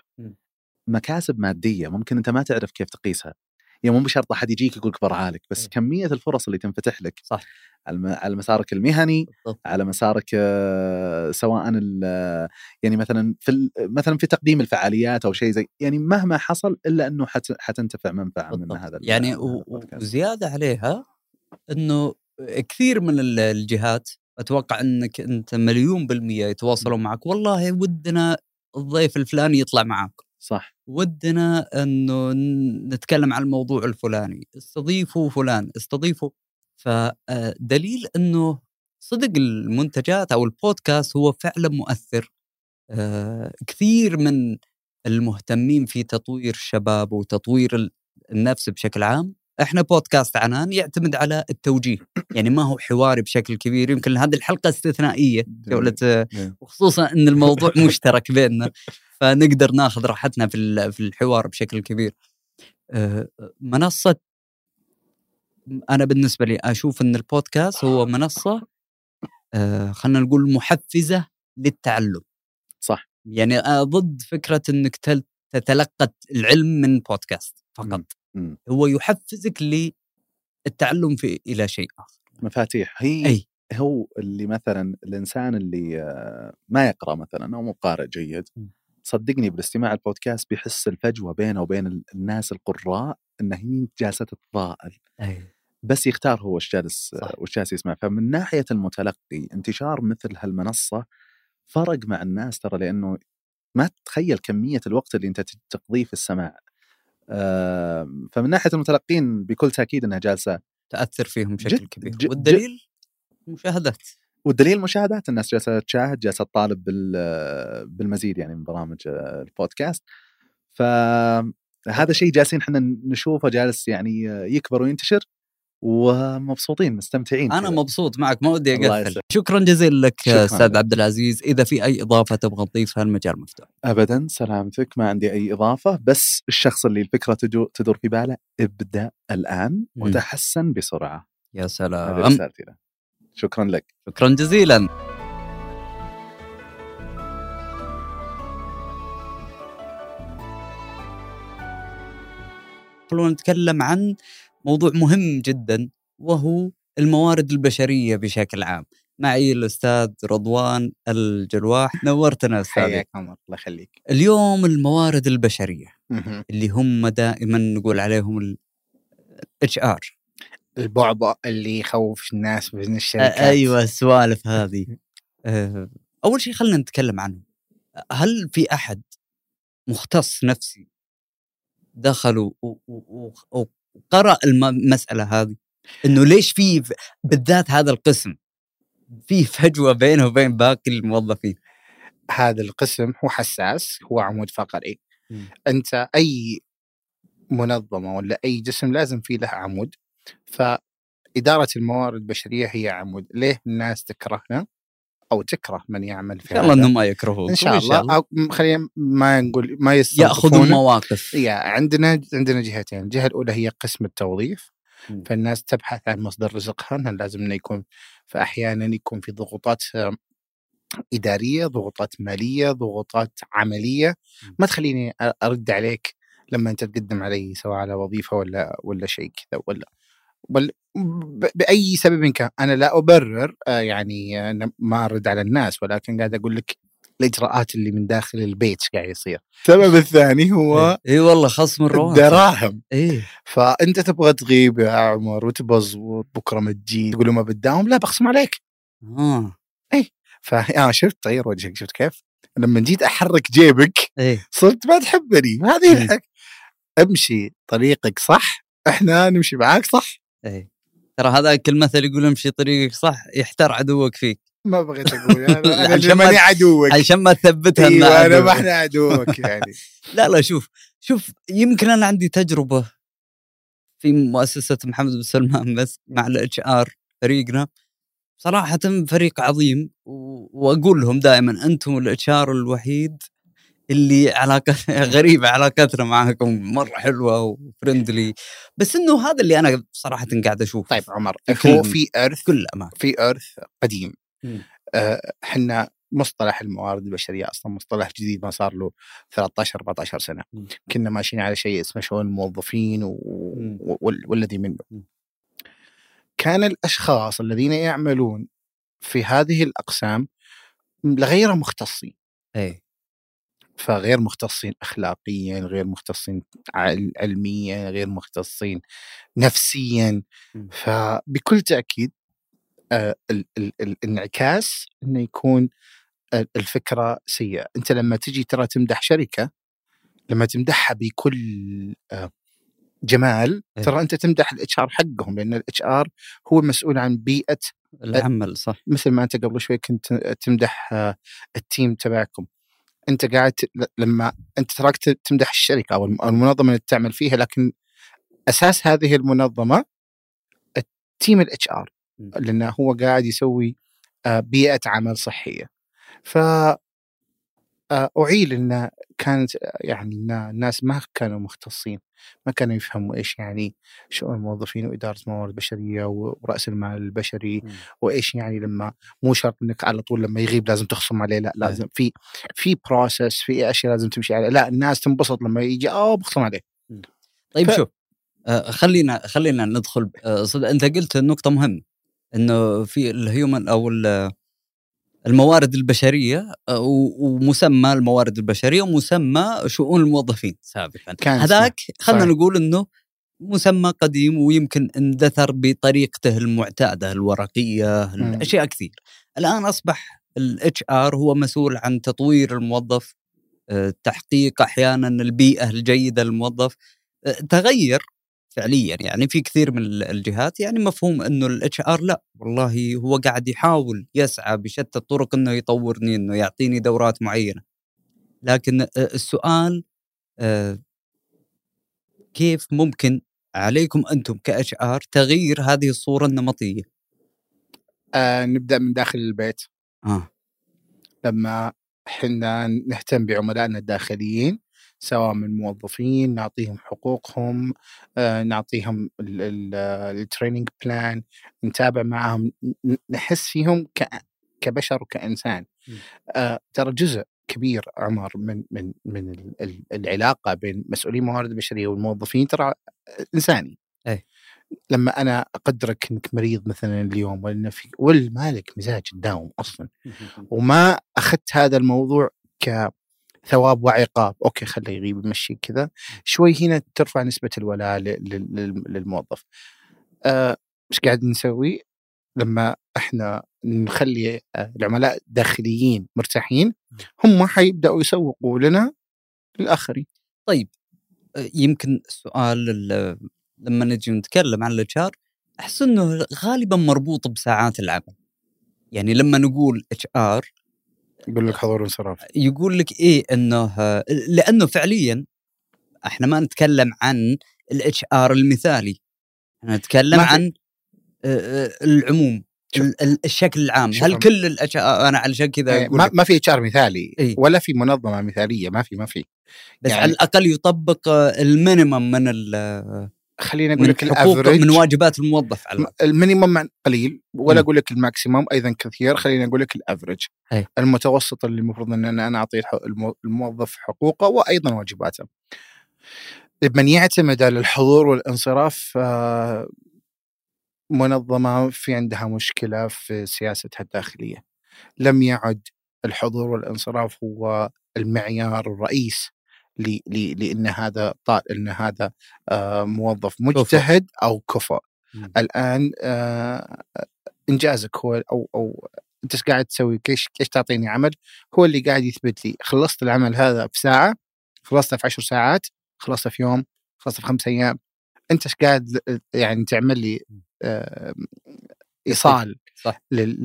مكاسب مادية ممكن أنت ما تعرف كيف تقيسها، يعني مو بشرط أحد يجيك يقولك برعالك، بس كمية الفرص اللي تنفتح لك. صح. على مسارك المهني، على مسارك سواء يعني مثلا في تقديم الفعاليات أو شيء زي، يعني مهما حصل إلا أنه حتنتفع منفعة من هذا يعني. وزيادة عليها أنه كثير من الجهات أتوقع أنك أنت 1,000,000% يتواصلون معك، والله ودنا الضيف الفلاني يطلع معك، صح، ودنا أنه نتكلم عن الموضوع الفلاني، استضيفوا فلان، استضيفوا. فدليل أنه صدق المنتجات أو البودكاست هو فعلا مؤثر. كثير من المهتمين في تطوير الشباب وتطوير النفس بشكل عام، احنا بودكاست عنان يعتمد على التوجيه، يعني ما هو حواري بشكل كبير. يمكن هذه الحلقة استثنائية جولة، وخصوصا ان الموضوع مشترك بيننا، فنقدر ناخذ راحتنا في الحوار بشكل كبير. منصة، انا بالنسبة لي اشوف ان البودكاست هو منصة خلنا نقول محفزة للتعلم. صح، يعني ضد فكرة انك تتلقى العلم من بودكاست فقط. هو يحفزك للتعلم إلى شيء آخر. مفاتيح هي هو اللي مثلا الإنسان اللي ما يقرأ مثلا أو مو قارئ جيد، صدقني بالاستماع البودكاست بيحس الفجوة بينه وبين الناس القراء إنه هي جالسة تتضاءل، بس يختار هو وش جالس يسمع. فمن ناحية المتلقي، انتشار مثل هالمنصة فرق مع الناس ترى، لأنه ما تتخيل كمية الوقت اللي أنت تقضيه في السماع. فمن ناحية المتلقين بكل تأكيد أنها جالسة تأثر فيهم بشكل كبير. والدليل مشاهدات الناس جالسة تشاهد، جالسة تطالب بالمزيد يعني من برامج البودكاست. فهذا شيء جالسين احنا نشوفه جالس يعني يكبر وينتشر، ومبسوطين مستمتعين. أنا مبسوط معك، ما ودي أقفل. شكرا جزيلا لك أستاذ عبد العزيز. إذا في أي إضافة تبغى تضيفها المجال مفتوح. أبدا سلامتك، ما عندي أي إضافة، بس الشخص اللي الفكرة تدور في باله ابدأ الآن وتحسن بسرعة. يا سلام، هذه رسالتي له. شكرا لك، شكرا جزيلا. خلونا نتكلم عن موضوع مهم جدا، وهو الموارد البشرية بشكل عام. معي الأستاذ رضوان الجلواح، نورتنا أستاذ. حياك عمر، الله يخليك. اليوم الموارد البشرية اللي هم دائما نقول عليهم ال HR، البعبع اللي يخوف الناس من الشركات. أيوة السوالف هذه. أول شيء خلنا نتكلم عنه. هل في أحد مختص نفسي دخلوا وقرأ المسألة هذه، إنه ليش في بالذات هذا القسم في فجوة بينه وبين باقي الموظفين؟ هذا القسم هو حساس، هو عمود فقري. أنت أي منظمة ولا أي جسم لازم فيه له عمود، فإدارة الموارد البشرية هي عمود. ليه الناس تكرهنا أو تكره من يعمل في إن شاء الله إنهم ما يكرهون، إن شاء الله. أو خلينا ما نقول ما يأخذون مواقف. عندنا جهتين. الجهة الأولى هي قسم التوظيف، فالناس تبحث عن مصدر رزقها، لازم إنه يكون، فأحيانا يكون في ضغوطات إدارية، ضغوطات مالية، ضغوطات عملية ما تخليني أرد عليك لما أنت تقدم علي سواء على وظيفة ولا شيء كذا ولا بأي سبب كان. أنا لا أبرر يعني ما أرد على الناس، ولكن قاعد أقول لك الإجراءات اللي من داخل البيت قاعد يصير. السبب الثاني هو إيه والله خصم الرواتب، دراهم. إيه فأنت تبغى تغيب يا عمر وتبزوط بكرة ما تجي تقول ما بداهم، لا بخصم عليك. إيه شفت تغير وجهك، شفت كيف لما جيت أحرك جيبك إيه؟ صرت ما تحبني. هذه الحق. أمشي طريقك صح، إحنا نمشي معاك صح. إيه ترى هذاك المثل يقول امشي طريقك صح يحتار عدوك فيك. ما بغيت أقول أنا ماني عدوك عشان ما تثبتها. أيوة أنا ما إحنا عدوك يعني. لا شوف يمكن أنا عندي تجربة في مؤسسة محمد بن سلمان بس مع الHR فريقنا صراحة فريق عظيم، وأقول لهم دائما أنتم الHR الوحيد اللي علاقة غريبة، علاقتنا معكم مرة حلوة وفرندلي، بس إنه هذا اللي أنا صراحة قاعد أشوف. طيب عمر، هو في إرث، كل أمانة في إرث قديم. حنا مصطلح الموارد البشرية أصلا مصطلح جديد، ما صار له 13-14 سنة. كنا ماشيين على شيء اسمه شؤون الموظفين والذي منه. كان الأشخاص الذين يعملون في هذه الأقسام غير مختصين. فغير مختصين أخلاقيا، غير مختصين علميا، غير مختصين نفسيا. فبكل تأكيد الانعكاس إنه يكون الفكرة سيئة. أنت لما تجي ترى تمدح شركة، لما تمدحها بكل جمال، ترى أنت تمدح الHR حقهم، لأن الHR هو المسؤول عن بيئة العمل. صح، مثل ما أنت قبل شوي كنت تمدح التيم تبعكم. أنت قاعد لما أنت تراك تمدح الشركة أو المنظمة اللي تعمل فيها، لكن أساس هذه المنظمة التيم الHR، لأنه هو قاعد يسوي بيئة عمل صحية. أعيل إن كانت يعني الناس ما كانوا مختصين، ما كانوا يفهموا إيش يعني شؤون الموظفين وإدارة الموارد البشرية ورأس المال البشري، وإيش يعني لما مو شرط إنك على طول لما يغيب لازم تخصم عليه، لا لازم في بروسس، في أشياء لازم تمشي عليه. لا الناس تنبسط لما يجي بخصم عليه. طيب شوف، خلينا ندخل صدق. أنت قلت نقطة مهمة، إنه في الهيومن أو الموارد البشرية ومسمى الموارد البشرية ومسمى شؤون الموظفين سابقا. هذاك خلنا نقول إنه مسمى قديم ويمكن اندثر بطريقته المعتادة الورقية، الأشياء كثير. الآن أصبح الHR هو مسؤول عن تطوير الموظف، تحقيق أحيانا البيئة الجيدة للموظف. تغير فعليا يعني في كثير من الجهات، يعني مفهوم انه الHR لا والله هو قاعد يحاول يسعى بشتى الطرق انه يطورني، انه يعطيني دورات معينة. لكن السؤال كيف ممكن عليكم انتم كHR تغيير هذه الصورة النمطية؟ نبدأ من داخل البيت. لما حنا نهتم بعملائنا الداخليين سواء من موظفين، نعطيهم حقوقهم، نعطيهم التريننج بلان، نتابع معهم، نحس فيهم كبشر وكإنسان. ترى جزء كبير عمر من العلاقه بين مسؤولين الموارد البشريه والموظفين ترى انساني. أي. لما انا اقدرك انك مريض مثلا اليوم والمالك مزاج تداوم اصلا وما اخذت هذا الموضوع كثواب وعقاب، اوكي خليه يغيب يمشي كذا شوي، هنا ترفع نسبه الولاء للموظف. ايش قاعد نسوي لما احنا نخلي العملاء الداخليين مرتاحين؟ هم حيبداوا يسوقوا لنا للاخرين. طيب يمكن السؤال لما نجي نتكلم عن الاتش ار احس انه غالبا مربوط بساعات العمل. يعني لما نقول اتش ار يقول لك حضور وانصراف، يقول لك ايه انه لانه فعليا احنا ما نتكلم عن الاتش ار المثالي، احنا نتكلم عن العموم، الشكل العام. هل كل الاتش ار، انا علشان كذا اقول ما في اتش ار مثالي ولا في منظمه مثاليه، ما في بس يعني على الاقل يطبق المينيمم من خلينا اقول لك الافريج من واجبات الموظف. على المينيمم قليل ولا اقول لك الماكسيمم ايضا كثير، خلينا اقول لك الافريج المتوسط اللي المفروض ان انا اعطي الموظف حقوقه وايضا واجباته. من يعتمد على الحضور والانصراف منظمه في عندها مشكله في سياستها الداخليه. لم يعد الحضور والانصراف هو المعيار الرئيس لان هذا ان هذا موظف مجتهد او كفؤ. الان انجازك هو او انت ايش قاعد تسوي، ايش تعطيني عمل، هو اللي قاعد يثبت لي خلصت العمل هذا في ساعه، خلصته في 10 ساعات، خلصته في يوم، خلصته في 5 أيام. انت ايش قاعد يعني تعمل لي ايصال صح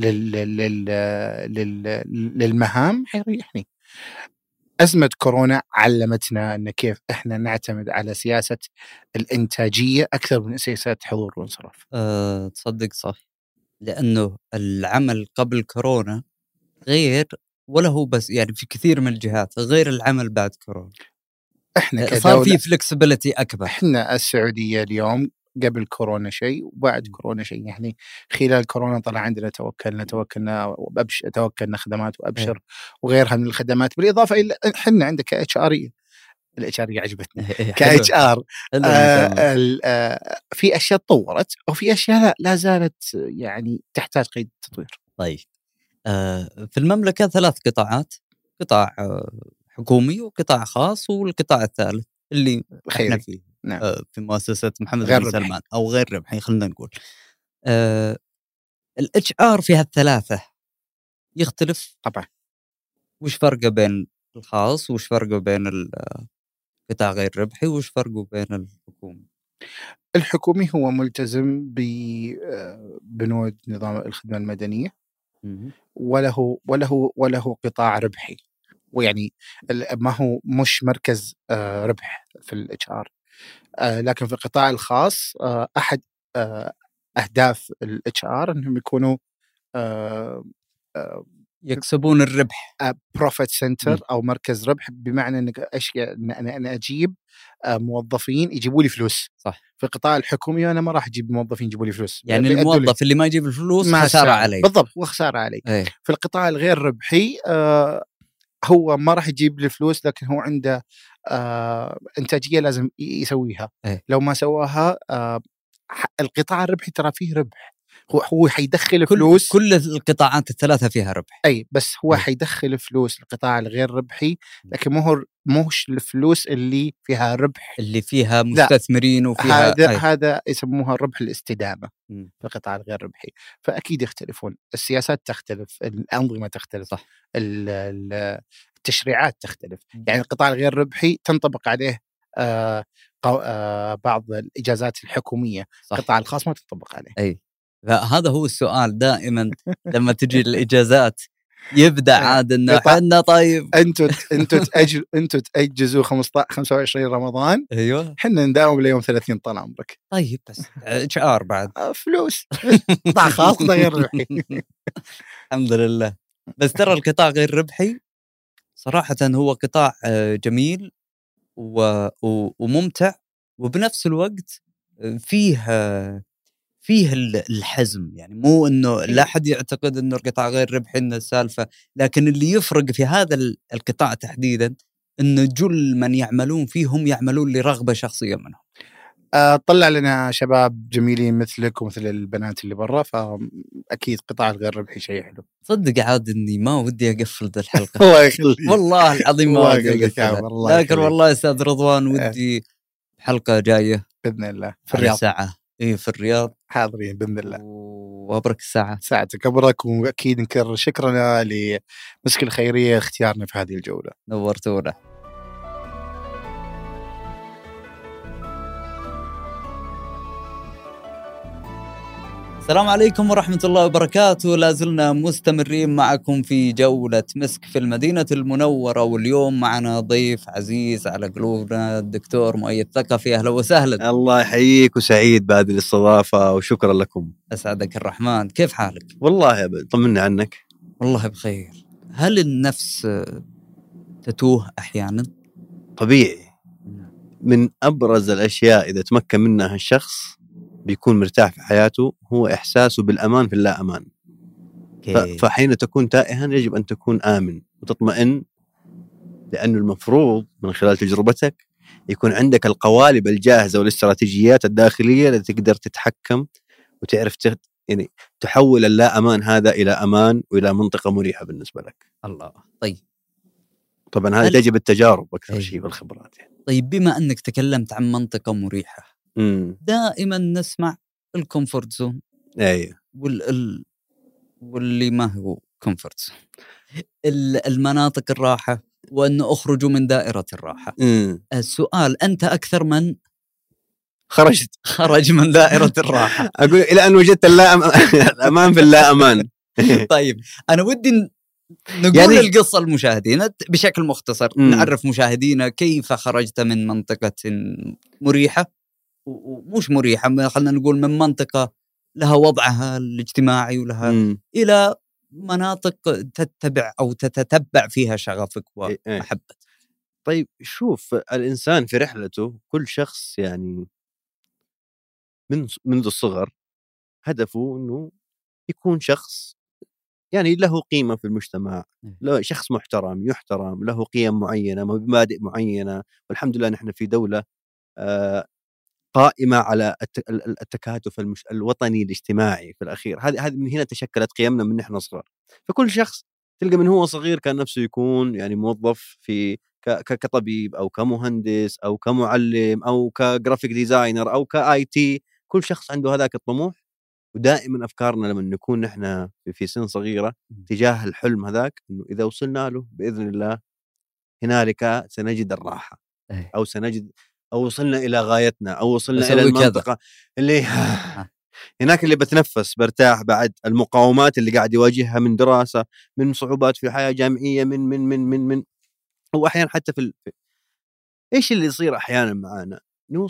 للمهام حيريحني. أزمة كورونا علمتنا أن كيف إحنا نعتمد على سياسة الإنتاجية أكثر من سياسة حضور وانصراف. تصدق صح، لأنه العمل قبل كورونا غير، ولا هو بس يعني في كثير من الجهات غير العمل بعد كورونا. إحنا صار في فلكسبيليتي أكبر. إحنا السعودية اليوم قبل كورونا شيء وبعد كورونا شيء. يعني خلال كورونا طلع عندنا توكلنا خدمات وأبشر وغيرها من الخدمات، بالإضافة إلى إحنا عندك اتش ار. الاتش ار عجبتني كاتش ار. في اشياء تطورت وفي اشياء لا زالت يعني تحتاج قيد التطوير. طيب في المملكه 3 قطاعات، قطاع حكومي وقطاع خاص والقطاع الثالث اللي احنا فيه. نعم. في مؤسسه محمد بن سلمان او غير ربحي خلينا نقول. الاتش ار فيها الثلاثه يختلف طبعا. وش فرقه بين الخاص وش فرقه بين قطاع غير ربحي وش فرقه بين الحكومي؟ الحكومي هو ملتزم ببنود نظام الخدمة المدنية وله قطاع ربحي، ويعني ما هو مش مركز ربح في الاتش ار. لكن في القطاع الخاص أحد أهداف الاتش ار أنهم يكونوا يكسبون الربح، بروفيت سنتر او مركز ربح، بمعنى انك انا اجيب موظفين يجيبوا لي فلوس. صح. في القطاع الحكومي انا ما راح اجيب موظفين يجيبوا لي فلوس، يعني الموظف اللي ما يجيب الفلوس خساره علي. بالضبط، هو خساره علي. في القطاع الغير ربحي هو ما راح يجيب لي فلوس، لكن هو عنده انتاجيه لازم يسويها. لو ما سواها القطاع الربحي ترى فيه ربح، هو حيدخل فلوس. كل القطاعات الثلاثة فيها ربح. أي بس هو حيدخل فلوس القطاع الغير ربحي، لكن مش الفلوس اللي فيها ربح، اللي فيها مستثمرين وفيها هذا يسموها الربح الاستدامة في القطاع الغير ربحي. فأكيد يختلفون، السياسات تختلف، الأنظمة تختلف. صح. التشريعات تختلف. يعني القطاع الغير ربحي تنطبق عليه بعض الإجازات الحكومية. القطاع الخاص ما تنطبق عليه. أي. فهذا هو السؤال دائما لما تجي الإجازات يبدأ عاد إنه حنا طيب أنتوا تأجزوا 25 رمضان. أيوة. حنا نداوم ليوم 30 طال عمرك. طيب بس اتش ار بعد فلوس قطاع خاص غير ربحي. الحمد لله. بس ترى القطاع غير ربحي صراحة هو قطاع جميل وممتع، وبنفس الوقت فيه فيه الحزم، يعني مو انه لا حد يعتقد انه القطاع غير ربحي انه السالفه، لكن اللي يفرق في هذا القطاع تحديدا انه جل من يعملون فيه هم يعملون لرغبه شخصيه منهم. طلع لنا شباب جميلين مثلك ومثل البنات اللي برا، فاكيد قطاع الغير ربحي شيء حلو. صدق عاد اني ما ودي اقفل ذا الحلقه الله يخليك والله العظيم ما ودي اقفلها، لكن والله يا استاذ رضوان ودي حلقه جايه باذن الله في الرياض ساعه. في الرياض حاضرين باذن الله، وابرك الساعه ساعتك ابرك. واكيد نكرر شكرنا لمسك الخيريه اختيارنا في هذه الجوله، نورتونا. السلام عليكم ورحمة الله وبركاته. لازلنا مستمرين معكم في جولة مسك في المدينة المنورة، واليوم معنا ضيف عزيز على قلوبنا الدكتور مؤيد ثقفي. أهلا وسهلا. الله يحييك وسعيد بهذه الاستضافة وشكرا لكم. أسعدك الرحمن، كيف حالك؟ والله طمنا عنك. والله بخير. هل النفس تتوه أحيانا؟ طبيعي، من أبرز الأشياء إذا تمكن منها الشخص بيكون مرتاح في حياته هو إحساسه بالأمان في اللا أمان. فحين تكون تائها يجب أن تكون آمن وتطمئن، لأنه المفروض من خلال تجربتك يكون عندك القوالب الجاهزة والاستراتيجيات الداخلية التي تقدر تتحكم وتعرف يعني تحول اللا أمان هذا إلى أمان وإلى منطقة مريحة بالنسبة لك. الله. طيب طبعا هذا تجب التجارب أكثر شيء والخبرات يعني. طيب بما أنك تكلمت عن منطقة مريحة، دائما نسمع الكومفورت زون. أيه. واللي ما هو كومفورت زون، المناطق الراحة، وأنه أخرجوا من دائرة الراحة. السؤال، أنت أكثر من خرج من دائرة الراحة؟ أقول إلى أن وجدت الأمان في اللا أمان. طيب أنا ودي نقول يعني القصة المشاهدين بشكل مختصر، نعرف مشاهدينا كيف خرجت من منطقة مريحة ومش مريحة، خلنا نقول من منطقة لها وضعها الاجتماعي ولها إلى مناطق تتبع أو تتتبع فيها شغفك ومحبتك. طيب شوف، الإنسان في رحلته كل شخص يعني منذ الصغر هدفه أنه يكون شخص يعني له قيمة في المجتمع، له شخص محترم يحترم، له قيم معينة، مبادئ معينة. والحمد لله نحن في دولة قائمة على التكاتف الوطني الاجتماعي في الأخير. هذه من هنا تشكلت قيمنا من نحن صغار. فكل شخص تلقى من هو صغير كان نفسه يكون يعني موظف في كطبيب أو كمهندس أو كمعلم أو كجرافيك ديزاينر أو كآي تي. كل شخص عنده هذاك الطموح، ودائما أفكارنا لما نكون نحن في سن صغيرة تجاه الحلم هذاك إنه إذا وصلنا له بإذن الله هنالك سنجد الراحة، أو سنجد أو وصلنا إلى غايتنا، أو وصلنا إلى المنطقة اللي هناك اللي بتنفس برتاح بعد المقاومات اللي قاعد يواجهها من دراسة، من صعوبات في الحياة جامعية، من وأحيانا حتى إيش اللي يصير أحيانا معانا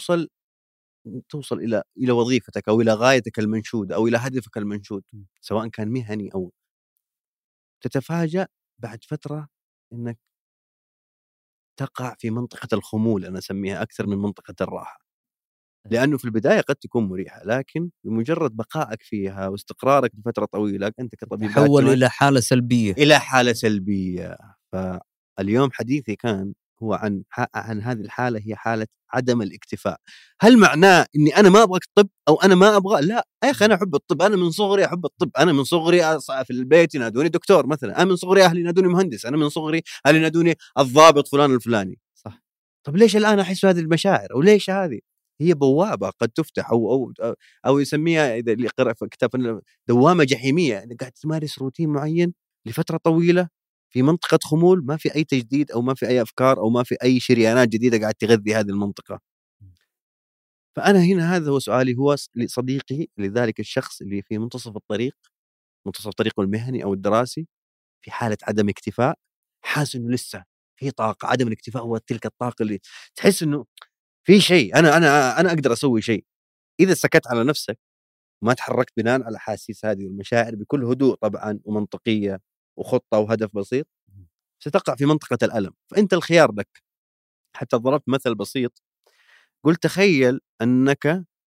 توصل إلى وظيفتك أو إلى غايتك المنشودة أو إلى هدفك المنشود، سواء كان مهني أو تتفاجأ بعد فترة إنك تقع في منطقة الخمول. أنا أسميها أكثر من منطقة الراحة، لأنه في البداية قد تكون مريحة، لكن بمجرد بقائك فيها واستقرارك لفترة طويلة أنت كطبيب تحول إلى حالة سلبية. فاليوم حديثي كان هو عن هذه الحالة، هي حالة عدم الاكتفاء. هل معناه إني أنا ما أبغى الطب أو أنا ما أبغى؟ لا يا أخي، أنا أحب الطب، أنا من صغري أحب الطب، أنا من صغري في البيت ينادوني دكتور مثلا، أنا من صغري أهلي ينادوني مهندس، أنا من صغري أهلي ينادوني الضابط فلان الفلاني. صح. طب ليش الآن أحس هذه المشاعر؟ أو ليش هذه هي بوابة قد تفتح أو يسميها إذا اللي قرأ في كتاب دوامة جحيمية، أنك قاعد تمارس روتين معين لفترة طويلة في منطقة خمول، ما في أي تجديد أو ما في أي أفكار أو ما في أي شريانات جديدة قاعد تغذي هذه المنطقة. فأنا هنا هذا هو سؤالي، هو لصديقي لذلك الشخص اللي في منتصف طريقه المهني أو الدراسي في حالة عدم اكتفاء، حاسس إنه لسه في طاقة. عدم الاكتفاء هو تلك الطاقة اللي تحس إنه في شيء، أنا أقدر أسوي شيء. إذا سكت على نفسك وما تحركت بناء على حاسيس هذه والمشاعر بكل هدوء طبعا ومنطقية وخطة وهدف بسيط، ستقع في منطقة الألم. فأنت الخيار لك. حتى ضربت مثل بسيط، قلت تخيل أنك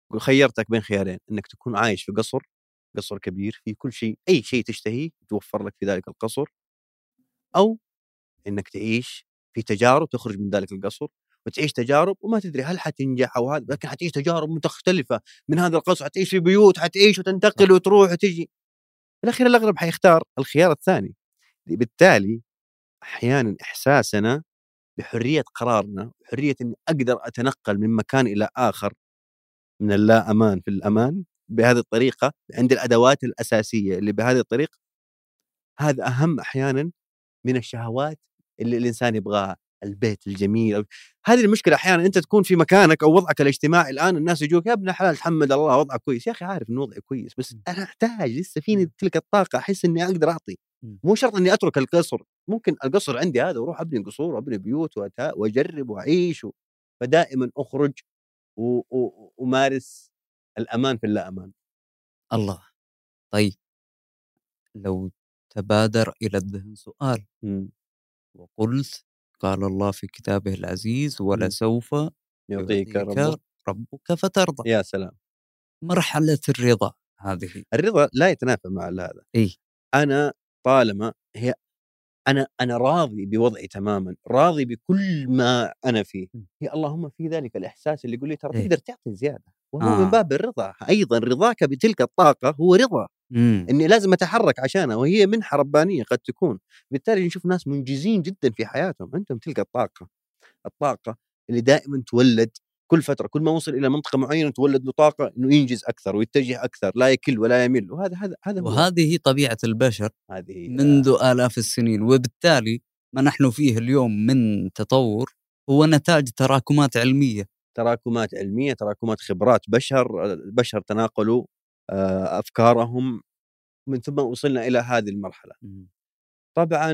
خيرتك بين خيارين، انك تكون عايش في قصر كبير في كل شيء، اي شيء تشتهيه يتوفر لك في ذلك القصر، او انك تعيش في تجارب تخرج من ذلك القصر وتعيش تجارب وما تدري هل حتنجح او هذا، لكن حتعيش تجارب مختلفه من هذا القصر، حتعيش في بيوت، حتعيش وتنتقل وتروح وتجي. في الاخير الاغلب حيختار الخيار الثاني. بالتالي احيانا احساسنا بحريه قرارنا، حريه اني اقدر اتنقل من مكان الى اخر من اللا امان في الامان بهذه الطريقه عند الادوات الاساسيه اللي بهذه الطريقه، هذا اهم احيانا من الشهوات اللي الانسان يبغاها، البيت الجميل. هذه المشكله، احيانا انت تكون في مكانك او وضعك الاجتماعي الان، الناس يجوك يا ابن حلال تحمد الله وضعك كويس، يا اخي عارف ان وضعي كويس بس انا احتاج لسه فيني تلك الطاقه، احس اني اقدر اعطي، مو شرط اني اترك القصر، ممكن القصر عندي هذا واروح ابني قصور وابني بيوت واجرب واعيش فدائما اخرج ومارس الامان في اللا امان. الله. طيب لو تبادر إلى الذهن سؤال وقلت قال الله في كتابه العزيز ولسوف يعطيك ربك فترضى. يا سلام. مرحلة الرضا هذه، الرضا لا يتنافى مع هذا. أنا طالما هي أنا راضي بوضعي تماما، راضي بكل ما أنا فيه، هي اللهم في ذلك الإحساس اللي يقول لي ترى تقدر تعطي زيادة، وهو من باب الرضا. أيضا رضاك بتلك الطاقة هو رضا، إني لازم أتحرك عشانها، وهي منحة ربانية قد تكون. بالتالي نشوف ناس منجزين جدا في حياتهم عندهم تلك الطاقة اللي دائما تولد كل فترة، كل ما وصل إلى منطقة معينة تولد له طاقة إنه ينجز أكثر ويتجه أكثر، لا يكل ولا يمل. وهذه طبيعة البشر منذ آلاف السنين، وبالتالي ما نحن فيه اليوم من تطور هو نتاج تراكمات علمية، تراكمات خبرات بشر تناقلوا أفكارهم من ثم وصلنا إلى هذه المرحلة. طبعا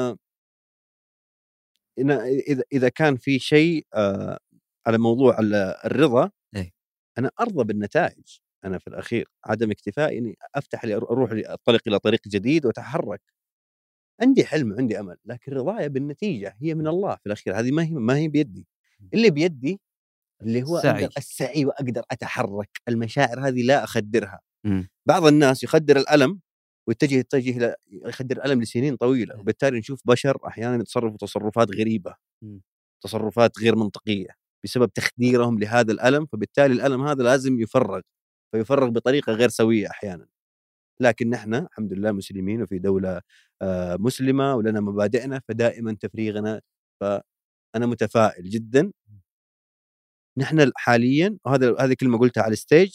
إذا كان في شيء على موضوع الرضا، أنا أرضى بالنتائج. أنا في الأخير عدم اكتفائي إني أفتح لي أروح أطلق إلى طريق جديد وأتحرك، عندي حلم عندي أمل، لكن رضايا بالنتيجة هي من الله في الأخير. هذه ما هي بيدي، اللي بيدي اللي هو السعي وأقدر أتحرك. المشاعر هذه لا أخدرها. بعض الناس يخدر الألم ويتجه إلى يخدر الألم لسنين طويلة، وبالتالي نشوف بشر أحيانا يتصرفوا تصرفات غريبة، تصرفات غير منطقية بسبب تخديرهم لهذا الألم. فبالتالي الألم هذا لازم فيفرغ بطريقة غير سوية أحيانا. لكن نحن الحمد لله مسلمين وفي دولة مسلمة ولنا مبادئنا، فدائما تفريغنا. فأنا متفائل جدا. نحن حاليا، وهذه كلمة قلتها على الستيج،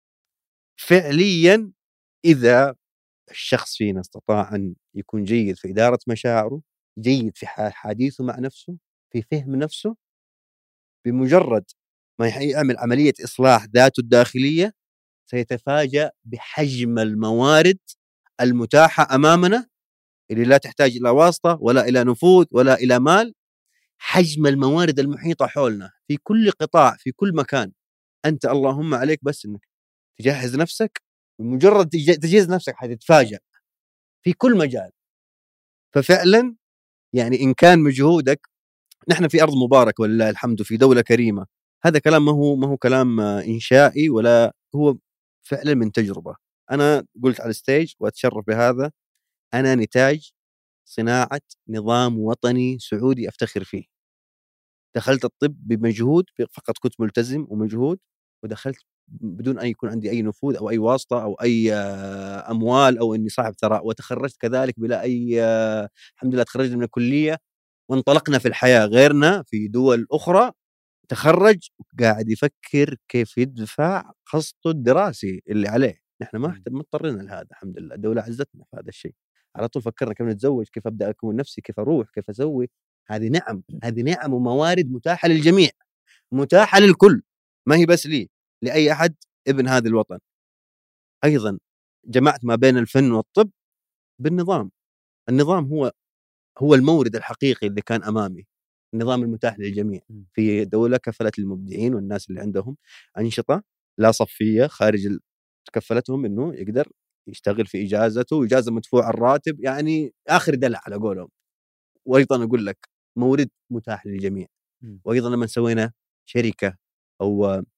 فعليا إذا الشخص فينا استطاع أن يكون جيد في إدارة مشاعره، جيد في حديثه مع نفسه، في فهم نفسه، بمجرد ما يعمل عملية إصلاح ذاته الداخلية سيتفاجأ بحجم الموارد المتاحة أمامنا اللي لا تحتاج إلى واسطة ولا إلى نفوذ ولا إلى مال. حجم الموارد المحيطة حولنا في كل قطاع في كل مكان. أنت اللهم عليك بس أنك تجهز نفسك، بمجرد تجهز نفسك حتتفاجأ في كل مجال. ففعلا يعني إن كان مجهودك، نحن في أرض مبارك ولله الحمد، في دولة كريمة. هذا كلام ما هو كلام إنشائي، ولا هو فعلا من تجربة. أنا قلت على الستيج وأتشرف بهذا، أنا نتاج صناعة نظام وطني سعودي أفتخر فيه. دخلت الطب بمجهود، فقط كنت ملتزم ومجهود، ودخلت بدون أن يكون عندي أي نفوذ أو أي واسطة أو أي أموال أو أني صاحب ثراء، وتخرجت كذلك بلا أي الحمد لله تخرجت من الكلية وانطلقنا في الحياة. غيرنا في دول أخرى تخرج قاعد يفكر كيف يدفع قسطه الدراسي اللي عليه. نحن ما اضطرينا لهذا، الحمد لله الدولة عزتنا في هذا الشيء. على طول فكرنا كيف نتزوج، كيف أبدأ أكون نفسي، كيف أروح، كيف أسوي. هذه نعم وموارد متاحة للجميع، متاحة للكل، ما هي بس لأي أحد ابن هذا الوطن. أيضا جمعت ما بين الفن والطب بالنظام. النظام هو المورد الحقيقي اللي كان أمامي، النظام المتاح للجميع في دولة كفلت المبدعين والناس اللي عندهم أنشطة لا صفية خارج تكفلتهم إنه يقدر يشتغل في إجازته، إجازة مدفوع الراتب، يعني آخر دلع على قولهم. وأيضا أقول لك مورد متاح للجميع. وأيضا لما سوينا شركة أو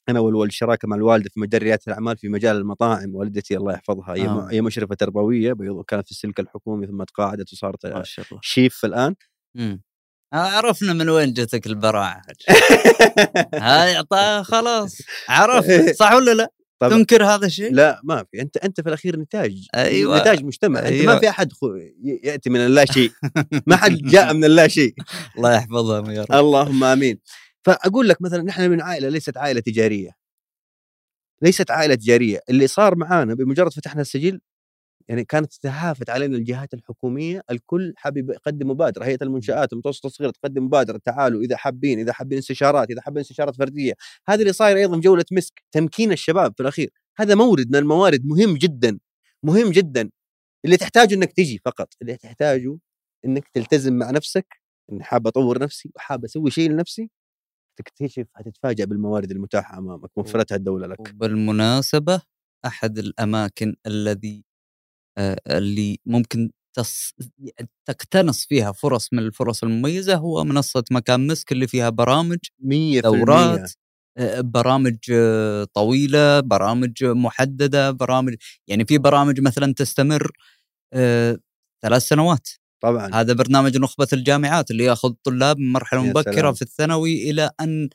انا والشراكه مع الوالده في مجال رياده الاعمال في مجال المطاعم. والدتي الله يحفظها هي مشرفه تربويه، كانت في السلك الحكومي ثم تقاعدت وصارت ما شاء الله شيف الان. عرفنا من وين جتك البراعه. هاي اعطاها خلاص عرفنا صح ولا لا؟ تنكر هذا الشيء؟ لا ما في. انت في الاخير نتاج. أيوة. نتاج مجتمع. أيوة. انت ما في احد ياتي من اللا شيء. ما حد جاء من اللا شيء. الله يحفظهم يا رب. اللهم امين. فاقول لك مثلا نحن من عائله ليست عائله تجاريه، ليست عائله تجاريه. اللي صار معانا بمجرد فتحنا السجل يعني كانت تهافت علينا الجهات الحكوميه، الكل حابب يقدم مبادره، هيئه المنشآت المتوسطه الصغيره تقدم مبادره، تعالوا اذا حابين استشارات، اذا حابين استشارات فرديه. هذا اللي صاير ايضا جوله مسك، تمكين الشباب في الاخير. هذا مورد من الموارد مهم جدا، مهم جدا. اللي تحتاجه انك تجي فقط، اللي تحتاجه انك تلتزم مع نفسك، ان حاب اطور نفسي وحاب اسوي شيء لنفسي، تكتشف هتتفاجأ بالموارد المتاحه امامك وفرتها الدوله لك. وبالمناسبه احد الاماكن اللي ممكن تقتنص فيها فرص من الفرص المميزة هو منصة مكان مسك، اللي فيها برامج 100% دورات، برامج طويلة، برامج محددة، برامج يعني في برامج مثلا تستمر 3 سنوات. طبعا هذا برنامج نخبة الجامعات اللي يأخذ الطلاب من مرحلة مبكرة في الثانوي إلى أن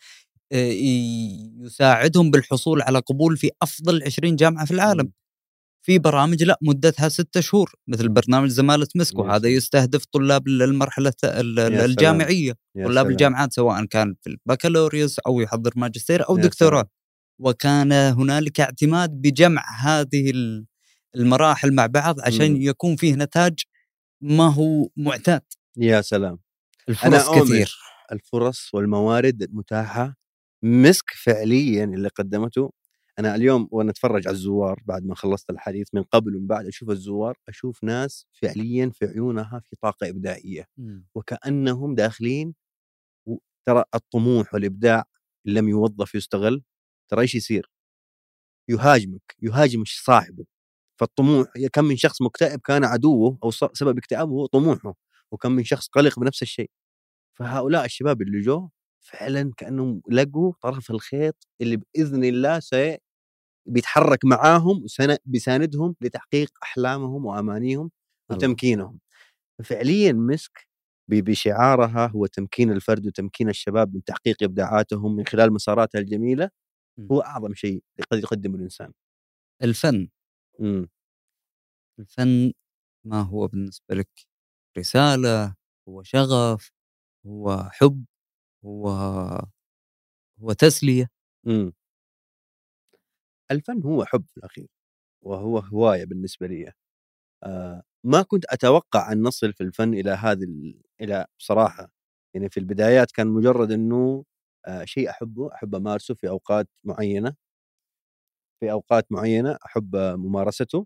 يساعدهم بالحصول على قبول في أفضل 20 جامعة في العالم. في برامج لا مدتها 6 شهور مثل برنامج زمالة مسك، وهذا يستهدف طلاب المرحلة الجامعية، طلاب الجامعات سواء كان في البكالوريوس أو يحضر ماجستير أو دكتوراه. وكان هنالك اعتماد بجمع هذه المراحل مع بعض عشان يكون فيه نتاج ما هو معتاد. يا سلام. الفرص كثير، الفرص والموارد المتاحة. مسك فعليا اللي قدمته. أنا اليوم وأنا أتفرج على الزوار بعد ما خلصت الحديث من قبل ومن بعد، أشوف الزوار، أشوف ناس فعليا في عيونها في طاقة إبداعية وكأنهم داخلين. ترى الطموح والإبداع لم يوظف يستغل، ترى إيش يصير؟ يهاجم صاحبه. فالطموح، كم من شخص مكتئب كان عدوه أو سبب اكتئابه هو طموحه، وكم من شخص قلق بنفس الشيء. فهؤلاء الشباب اللي جو فعلا كأنهم لقوا طرف الخيط اللي بإذن الله بيتحرك معاهم بيساندهم لتحقيق أحلامهم وأمانيهم وتمكينهم. فعليا مسك بشعارها هو تمكين الفرد وتمكين الشباب من تحقيق إبداعاتهم من خلال مساراتها الجميلة، هو أعظم شيء قد يقدمه الإنسان. الفن. الفن ما هو بالنسبة لك؟ رسالة، هو شغف، هو حب، هو تسلية؟ الفن هو حب في الأخير، وهو هواية بالنسبة لي. ما كنت أتوقع أن نصل في الفن إلى بصراحة. يعني في البدايات كان مجرد أنه شيء أحب أمارسه في أوقات معينة أحب ممارسته.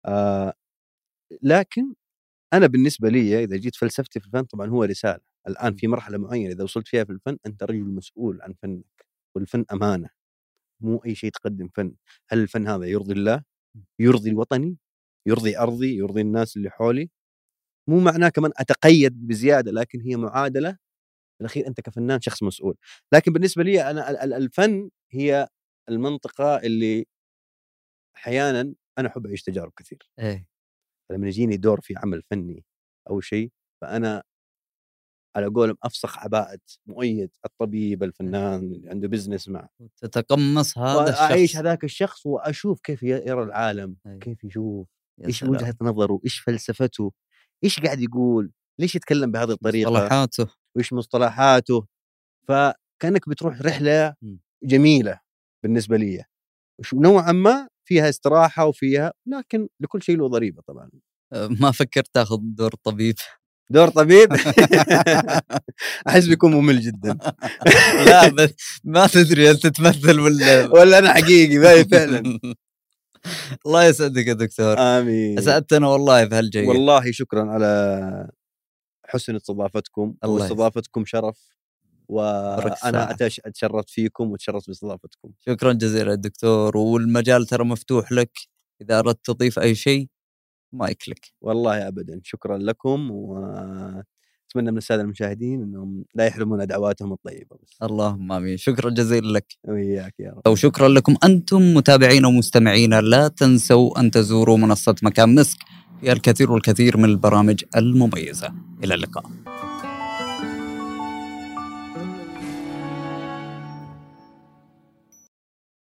لكن أنا بالنسبة لي إذا جيت فلسفتي في الفن طبعا هو رسالة. الآن في مرحلة معينة إذا وصلت فيها في الفن أنت رجل مسؤول عن فنك، والفن أمانة، مو أي شيء تقدم فن. هل الفن هذا يرضي الله، يرضي الوطني، يرضي أرضي، يرضي الناس اللي حولي؟ مو معناه كمان أتقيد بزيادة، لكن هي معادلة. الأخير أنت كفنان شخص مسؤول. لكن بالنسبة لي أنا الفن هي المنطقة اللي أحيانا أنا أحب أعيش تجارب كثير. لما يجيني دور في عمل فني أو شيء، فأنا على قولهم أفسخ عباءة مؤيد الطبيب الفنان اللي عنده بزنس معه، تتقمص هذا الشخص، أعيش هذاك الشخص وأشوف كيف يرى العالم، كيف يشوف، إيش وجهة نظره، إيش فلسفته، إيش قاعد يقول، ليش يتكلم بهذه الطريقة، وإيش مصطلحاته. فكأنك بتروح رحلة جميلة بالنسبة لي، نوعا ما فيها استراحة وفيها، لكن لكل شيء له ضريبة طبعا. ما فكرت تاخذ دور طبيب؟ دور طبيب أحس بيكون ممل جدا. لا بس ما تدري هل تتمثل ولا أنا حقيقي باي فعلا. الله يسعدك يا دكتور. آمين. أسعدتنا والله في هالجية. والله شكرا على حسن استضافتكم، واستضافتكم شرف، وأنا أتشرفت فيكم وتشرفت باستضافتكم. شكرا جزيلا دكتور، والمجال ترى مفتوح لك إذا أردت تضيف أي شيء مايك لك. والله أبدا، شكرا لكم، وأتمنى نتمنى من السادة المشاهدين أنهم لا يحرمون دعواتهم الطيبة بس. اللهم آمين. شكرا جزيلا لك. وياك يا رب. وشكرا لكم أنتم متابعين ومستمعين. لا تنسوا أن تزوروا منصة مكان مسك، فيها الكثير والكثير من البرامج المميزة. إلى اللقاء.